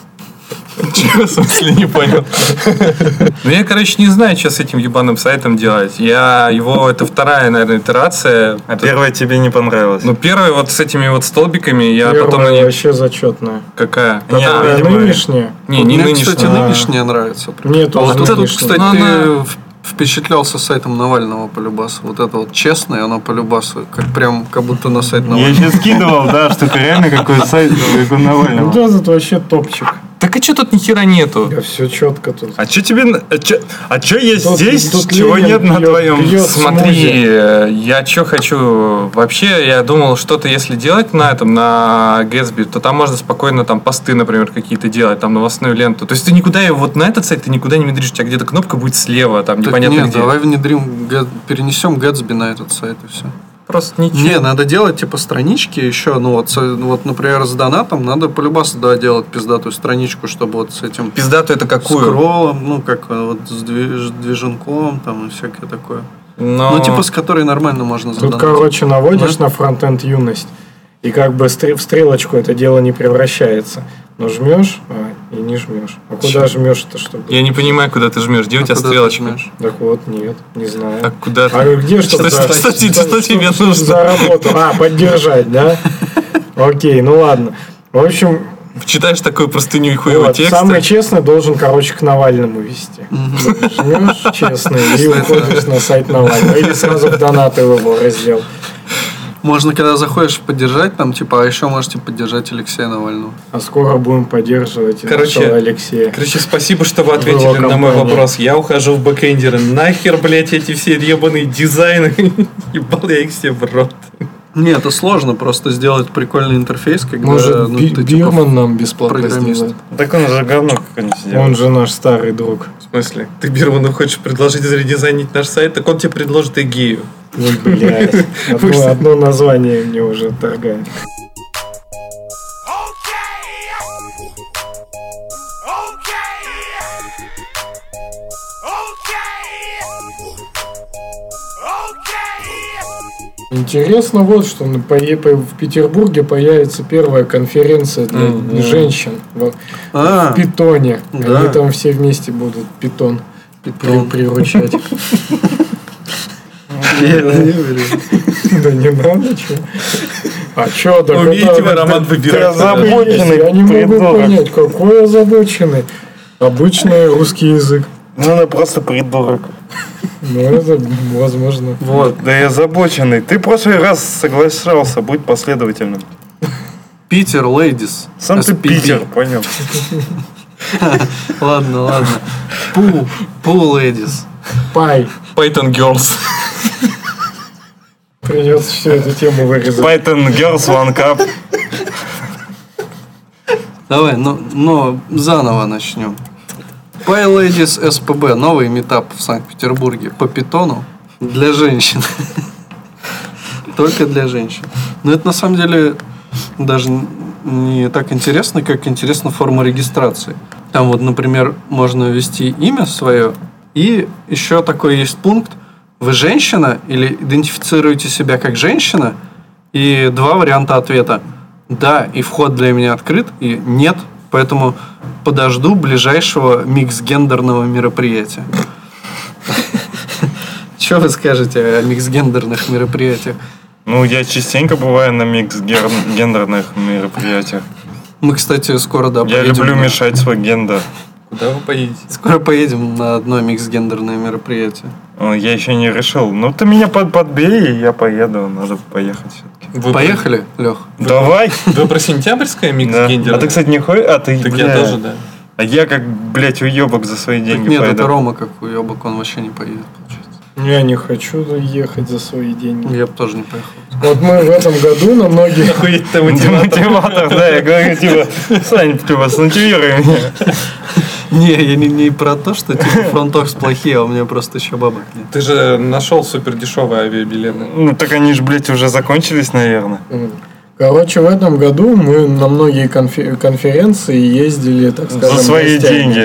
Чего, в смысле, не понял? Ну, я, короче, не знаю, что с этим ебаным сайтом делать. Это вторая, наверное, итерация. А первая тебе не понравилась? Ну, первая вот с этими вот столбиками, я Первая потом... они- вообще зачетная. Какая? Не, Которая видимо, нынешняя. Не Мне, нынешняя. кстати, нынешняя нравится. Нет, А вот тоже это, нынешняя. кстати, Ну, она- ты впечатлялся сайтом Навального по любасу. Вот это вот честное, оно по любасу. Как будто на сайт Я Навального. еще скидывал, да, что это реально какой сайт, как у Навального. Вот этот вообще топчик. Так а что тут ни хера нету? Да все четко тут. А что тебе... А что есть Тут- здесь, тут чего Ленин нет на пьет- твоем... пьет Смотри, смузи. я что хочу... Вообще, я думал, что-то если делать на Gatsby, то там можно спокойно там посты, например, какие-то делать, там новостную ленту. То есть ты никуда его, вот на этот сайт ты никуда не внедришь, у тебя где-то кнопка будет слева, там Так непонятно нет, где. давай перенесем Gatsby на этот сайт и все. Просто ничего. Не, надо делать типа странички еще. Ну вот, например, с донатом надо полюбасу делать пиздатую страничку, чтобы вот с этим Пиздатую это какую? скроллом, ну как вот с движенком там и всякое такое. Но... Ну типа с которой нормально можно Тут, задонатить. короче, наводишь Да? на фронтенд юность, и как бы в стрелочку это дело не превращается. Но жмешь, и не жмешь. А куда жмешь-то, чтобы? Я не понимаю, куда ты жмешь. Где у тебя куда ты стрелочка? жмешь? Так вот, нет, не знаю. Так куда ты? А где Что что тебе нужно? За работу. Поддержать, да? Окей, ну ладно. В общем, Читаешь такую простыню и хуевый вот, текст. самый честный должен, короче, к Навальному вести. Жмешь честный и уходишь на сайт Навального. Или сразу в донаты в его раздел. Можно, когда заходишь поддержать, там типа, а еще можете поддержать Алексея Навального. А скоро будем поддерживать и Короче, нашего Алексея. Короче, спасибо, что вы Была ответили на мой компания. вопрос. Я ухожу в бэкэндеры. Нахер, блядь, эти все ебаные дизайны. Ебал я их все в рот. Не, это сложно, просто сделать прикольный интерфейс, когда Может, ну, ты, типа, Бирман нам бесплатно программист. сделает? Так он же говно какое-нибудь сделал. Он же наш старый друг. В смысле? Ты Бирману хочешь предложить редизайнить наш сайт, так он тебе предложит Эгею. Ой, блядь. Одно название мне уже торгает. Интересно вот, что в Петербурге появится первая конференция для женщин в питоне. Да. Они там все вместе будут питон приручать. Да не надо, что? А что, да Умеете вы, Роман, выбирать? озабоченный Я не могу придурок. понять, какой озабоченный. Обычный русский язык. Ну, она просто придурок. Ну, это возможно. Вот. Да я озабоченный. Ты в прошлый раз соглашался, будь последовательным. Питер, лейдис. Сам ты Питер, понял. Ладно. Пул, лейдис. Пай. Python Girls. Придется всю эту тему вырезать. Python Girls One Cup. Давай, но заново начнем. PyLadies СПБ. Новый метап в Санкт-Петербурге по питону для женщин. Только для женщин. Но это на самом деле даже не так интересно, как интересна форма регистрации. Там вот, например, можно ввести имя свое, и еще такой есть пункт: вы женщина или идентифицируете себя как женщина, и два варианта ответа: да, и вход для меня открыт, и нет, поэтому подожду ближайшего миксгендерного мероприятия. Что вы скажете о миксгендерных мероприятиях? Ну, я частенько бываю на микс-гендерных мероприятиях. Мы, кстати, скоро, да, Я поедем. люблю мешать свой гендер. Куда вы поедете? Скоро поедем на одно миксгендерное мероприятие. Я еще не решил. Ну, ты меня подбей, и я поеду. Надо поехать все-таки. Поехали, Лех? Давай. Вы про сентябрьское Да. микс-гендер? А ты, кстати, не ходишь? А ты, Так бля. я тоже, да. А я как, блядь, уебок за свои деньги Нет, поеду. это Рома как уебок, он вообще не поедет, получается. Я не хочу ехать за свои деньги. Я бы тоже не поехал. Вот мы в этом году на многих... Охуеть там Мотиватор, да, я говорю, типа, Сань, типа, смотивируй меня. Не, я не про то, что типа фронтокс плохие, а у меня просто еще бабок нет. Ты же нашел супер дешевые авиабилеты. Ну, так они же, блядь, уже закончились, наверное. Короче, в этом году мы на многие конференции ездили, так скажем, За свои гостями. деньги.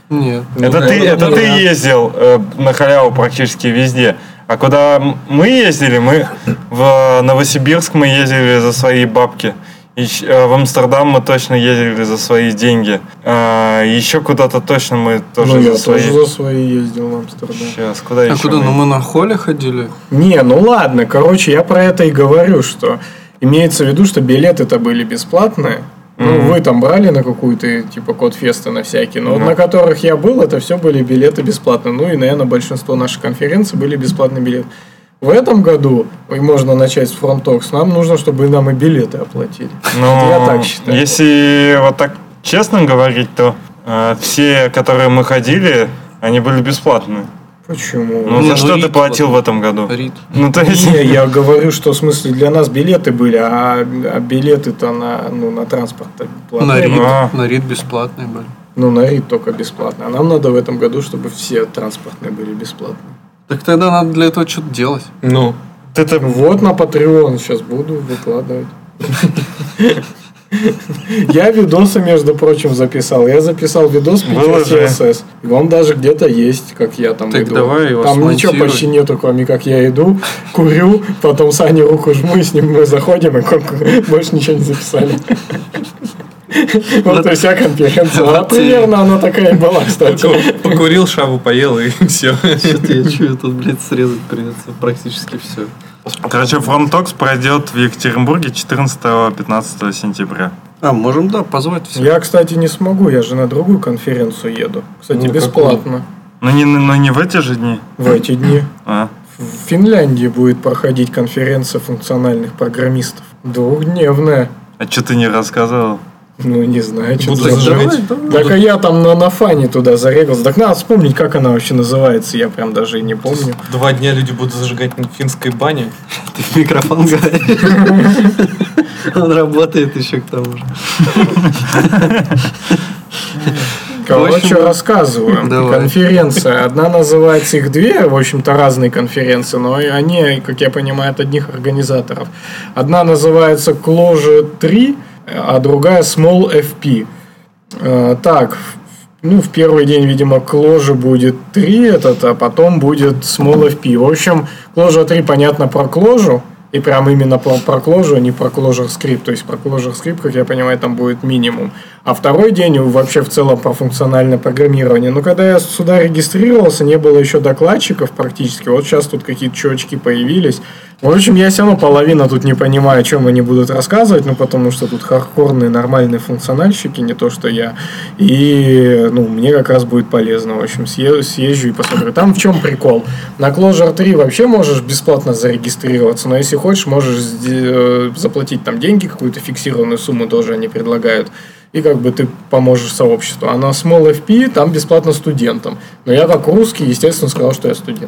Нет. Это ты ездил на халяву практически везде. А куда мы ездили, мы в Новосибирск мы ездили за свои бабки. И в Амстердам мы точно ездили за свои деньги. Еще куда-то точно мы тоже за свои. Я тоже за свои ездил в Амстердам. Сейчас, куда еще? Куда? Ну мы на холле ходили. Не, ну ладно, короче, я про это и говорю, что имеется в виду, что билеты-то были бесплатные. Ну, вы там брали на какую-то, типа, код-фесты на всякие, но вот на которых я был, это все были билеты бесплатные. Ну, и, наверное, большинство наших конференций были бесплатные билеты. В этом году, и можно начать с Frontox, нам нужно, чтобы нам и билеты оплатили. Но я так считаю. Если вот так честно говорить, то все, которые мы ходили, они были бесплатные. Почему? Ну, за что ты платил в этом году? Ну, то есть... Не, я говорю, что в смысле для нас билеты были, а билеты-то на транспорт платные. На РИД бесплатные были. Ну, на РИД только бесплатно. А нам надо в этом году, чтобы все транспортные были бесплатные. Так тогда надо для этого что-то делать. Ну. Вот на Patreon сейчас буду выкладывать. Я видосы, между прочим, записал. Я записал видос Питер CSS. И он даже где-то есть, как я там иду. Давай его там ничего почти нету, кроме как я иду, курю, потом Сане руку жму, и с ним мы заходим, и больше ничего не записали. Вот и вся конференция. Примерно она такая и была, кстати. Покурил, шаву поел, и все. Что-то я чую, тут, блядь, срезать придется практически все. Короче, Frontox пройдет в Екатеринбурге 14-15 сентября. Можем, да, позвать всех. Я, кстати, не смогу, я же на другую конференцию еду. Кстати, бесплатно. Но не в эти же дни? В эти дни. В Финляндии будет проходить конференция функциональных программистов. 2-дневная. А что ты не рассказывал? Ну, не знаю, что буду зажигать. Так, а я там на фане туда зарегался. Так надо вспомнить, как она вообще называется. Я прям даже и не помню. 2 дня люди будут зажигать на финской бане. Ты в микрофон говоришь. Он работает еще к тому же. Короче, рассказываю. Давай. Конференция. Одна называется, их две, в общем-то, разные конференции, но они, как я понимаю, от одних организаторов. Одна называется Clojure 3, а другая Small FP. Так, в первый день, видимо, Clojure будет 3, а потом будет Small FP. В общем, Clojure 3, понятно, про Clojure, и прям именно про Clojure, не про Clojure Script. То есть про Clojure Script, как я понимаю, там будет минимум. А второй день вообще в целом про функциональное программирование. Но когда я сюда регистрировался, не было еще докладчиков практически. Вот сейчас тут какие-то чувачки появились. В общем, я все равно половина тут не понимаю, о чем они будут рассказывать, потому что тут хардкорные нормальные функциональщики, не то что я. И мне как раз будет полезно. В общем, съезжу и посмотрю. Там в чем прикол? На Clojure 3 вообще можешь бесплатно зарегистрироваться, но если хочешь, можешь заплатить там деньги, какую-то фиксированную сумму тоже они предлагают. И как бы ты поможешь сообществу. А на Small FP там бесплатно студентам. Но я как русский, естественно, сказал, что я студент.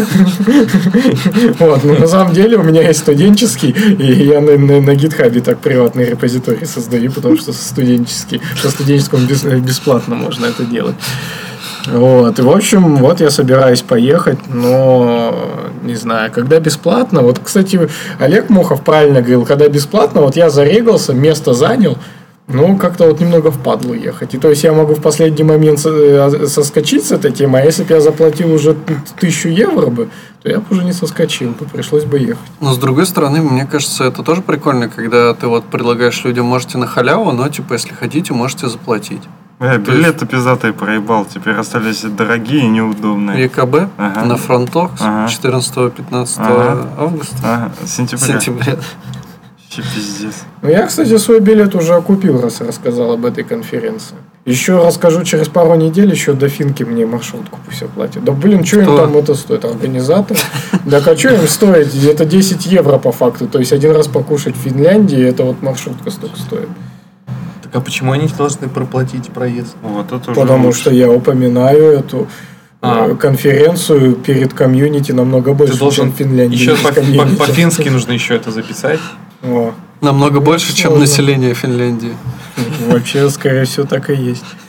Вот, но на самом деле у меня есть студенческий, и я на гитхабе так приватный репозиторий создаю, потому что со студенческом бесплатно можно это делать. Вот, и в общем, вот я собираюсь поехать, но не знаю, когда бесплатно. Вот, кстати, Олег Мохов правильно говорил, когда бесплатно, вот я зарегался, место занял, как-то вот немного впадло ехать. И то есть я могу в последний момент соскочить с этой темы, а если бы я заплатил уже 1000 евро бы, то я бы уже не соскочил, то пришлось бы ехать. Но с другой стороны, мне кажется, это тоже прикольно, когда ты вот предлагаешь людям, можете на халяву, но если хотите, можете заплатить. Билеты пиздатые проебал, теперь остались дорогие и неудобные. ЕКБ на Frontox 14-15 августа. Сентября. Пиздец. Я, кстати, свой билет уже окупил, раз рассказал об этой конференции. Еще расскажу, через пару недель еще до Финки мне маршрутку пусть оплатят. Да блин, что им там это стоит? Организатор? Так а что им стоит? Это 10 евро по факту. То есть один раз покушать в Финляндии, это вот маршрутка столько стоит. Так а почему они должны проплатить проезд? Потому что я упоминаю эту конференцию перед комьюнити намного больше, чем в Финляндии. Еще по-фински нужно еще это записать. Намного больше, чем население Финляндии. Вообще, скорее всего, так и есть.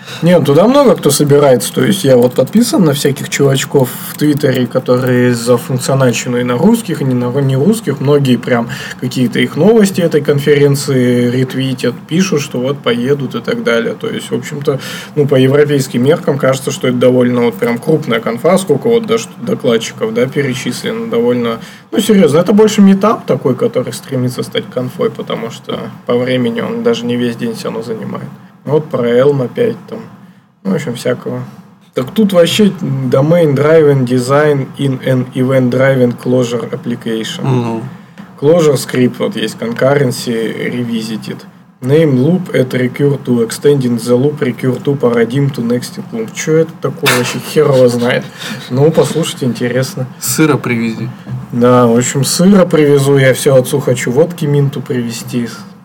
Нет, туда много кто собирается. То есть я вот подписан на всяких чувачков в Твиттере, которые за функциональщину и на русских, и не русских. Многие прям какие-то их новости этой конференции ретвитят, пишут, что вот поедут и так далее. То есть, в общем-то, по европейским меркам кажется, что это довольно вот прям крупная конфа. Сколько вот докладчиков, да, перечислено. Довольно, серьезно. Это больше митап такой, который стремится стать конфой, потому что по времени он даже не весь день все равно занимает. Вот про Elm опять там. В общем, всякого. Так тут вообще Domain Driven Design in an Event Driven Closure Application. Closure script вот есть. Concurrency Revisited. Name loop at recur to extending the loop recur to paradigm to next loop. Что это такое вообще? Хер его знает. Послушайте, интересно. Сыра привези. Да, в общем, сыра привезу. Я все отцу хочу водки минту привезти.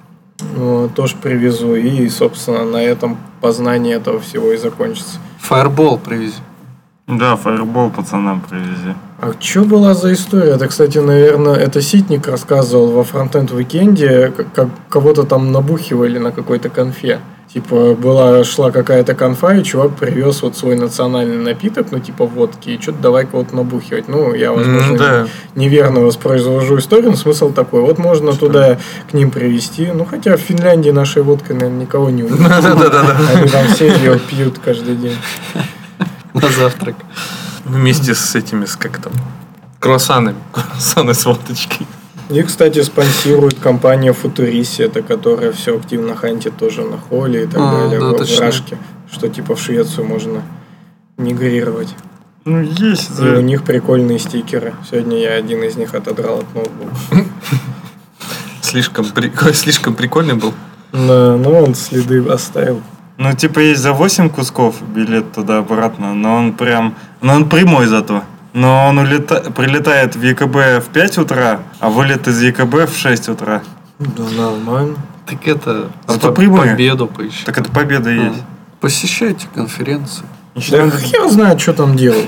Тоже привезу. И, собственно, на этом познание этого всего и закончится. Fireball привези. Да, Fireball пацанам привези. А что была за история? Это, кстати, наверное, это Ситник рассказывал во Frontend Weekend, как кого-то там набухивали на какой-то конфе. Типа, шла какая-то конфа, и чувак привез вот свой национальный напиток, водки, и что-то давай кого-то набухивать. Я, возможно, неверно воспроизвожу историю, но смысл такой. Вот можно туда к ним привезти. Хотя в Финляндии нашей водкой, наверное, никого не убьют. Они там все ее пьют каждый день. На завтрак. Вместе с этими, круассанами. Круассаны с водочкой. И, кстати, спонсирует компания Futurisi, которая все активно хантит тоже на холле и так далее, в Рашке, что в Швецию можно мигрировать. Есть. И у них прикольные стикеры. Сегодня я один из них отодрал от ноутбука. Слишком прикольный был. Да, он следы оставил. Есть за 8 кусков билет туда-обратно, но он прямой зато. Но он прилетает в ЕКБ в 5 утра, а вылет из ЕКБ в 6 утра. Да нормально. Так это победу поищи. Так это победа есть. Посещайте конференции. Да хер знает, что там делать.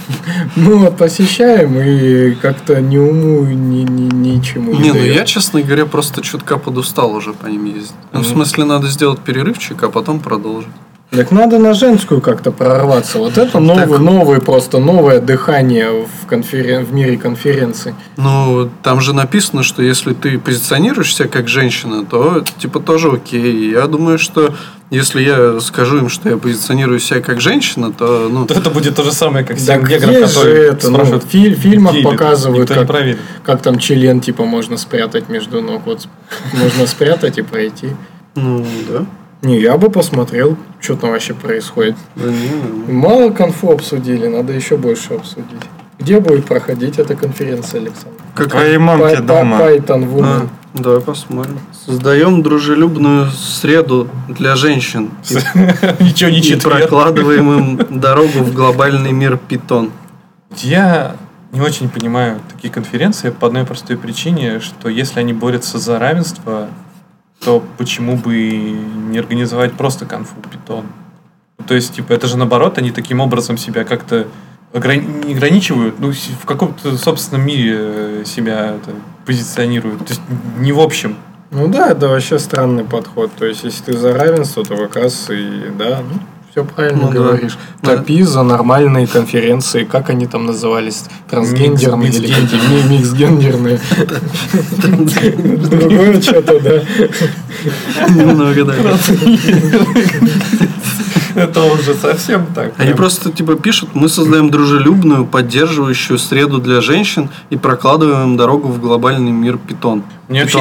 Посещаем и как-то ни уму, ничему не даёт. Я, честно говоря, просто чутка подустал уже по ним ездить. В смысле, надо сделать перерывчик, а потом продолжить. Так надо на женскую как-то прорваться. Вот это новое дыхание в мире конференций. Там же написано, что если ты позиционируешь себя как женщина, то тоже окей. Я думаю, что если я скажу им, что я позиционирую себя как женщина, то то это будет то же самое, как всем неграм, которые спрашивают. В фильмах показывают, как там член можно спрятать между ног. Вот можно спрятать и пройти. Да. Я бы посмотрел, что там вообще происходит. Мало конфу обсудили, надо еще больше обсудить. Где будет проходить эта конференция, Александр? Как твоей мамке дома. Python Woman. Давай посмотрим. Создаем дружелюбную среду для женщин. Ничего не читаю. Прокладываем им дорогу в глобальный мир Python. Я не очень понимаю такие конференции по одной простой причине, что если они борются за равенство, то почему бы не организовать просто конфу Python? То есть, это же наоборот, они таким образом себя как-то не ограничивают, в каком-то собственном мире себя позиционируют. То есть, не в общем. Это вообще странный подход. То есть, если ты за равенство, то как раз все правильно говоришь. Топи за нормальные конференции. Как они там назывались? Трансгендерные или миксгендерные? Другое что-то, да. Немного, да. Это уже совсем так. Они просто пишут: мы создаем дружелюбную, поддерживающую среду для женщин и прокладываем дорогу в глобальный мир Python. У меня вообще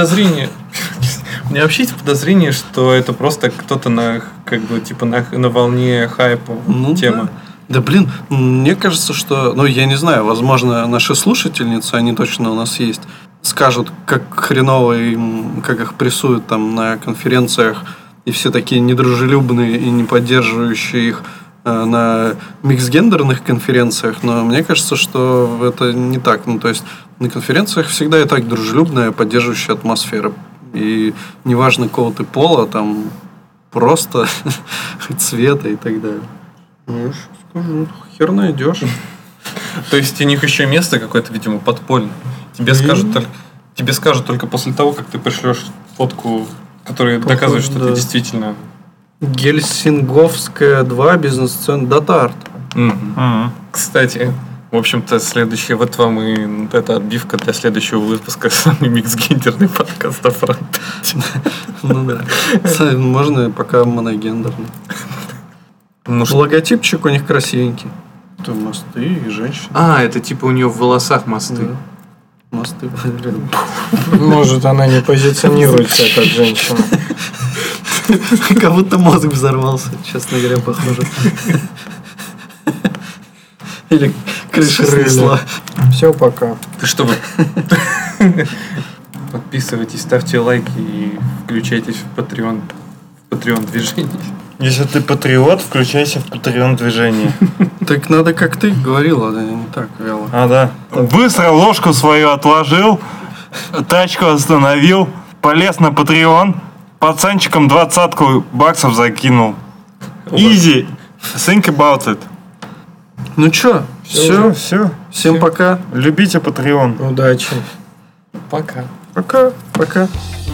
есть подозрение, что это просто кто-то на волне хайпа тема. Да мне кажется, что, я не знаю, возможно, наши слушательницы, они точно у нас есть, скажут, как хреново им, как их прессуют там на конференциях, и все такие недружелюбные и не поддерживающие их на миксгендерных конференциях, но мне кажется, что это не так. То есть на конференциях всегда и так дружелюбная, поддерживающая атмосфера. И неважно, какого ты пола, там просто цвета и так далее. Скажу, хер найдешь. То есть у них еще место какое-то, видимо, подпольное. Тебе скажут только после того, как ты пришлешь фотку, которая доказывает, что ты действительно Гельсинговская 2, бизнес-центр, дата-арт. Кстати, в общем-то, следующее, вот вам и эта отбивка для следующего выпуска, самый микс-гендерный подкаст о фронтенде. Ну да. Можно пока моногендерный. Ну, логотипчик у них красивенький. Это мосты и женщины. это типа у нее в волосах мосты. Да. Мосты. Может, она не позиционирует себя как женщина. Как будто мозг взорвался, честно говоря, похоже. Или крыша снесла. Все, пока. Ты что, подписывайтесь, ставьте лайки и включайтесь в Patreon движение. Если ты патриот, включайся в Patreon движение. Так надо, как ты говорил, а не так вяло. Да. Быстро ложку свою отложил, тачку остановил, полез на Patreon, пацанчикам 20 баксов закинул. Easy. Think about it. Ну чё, все. Всем пока. Любите Patreon. Удачи. Пока. Пока.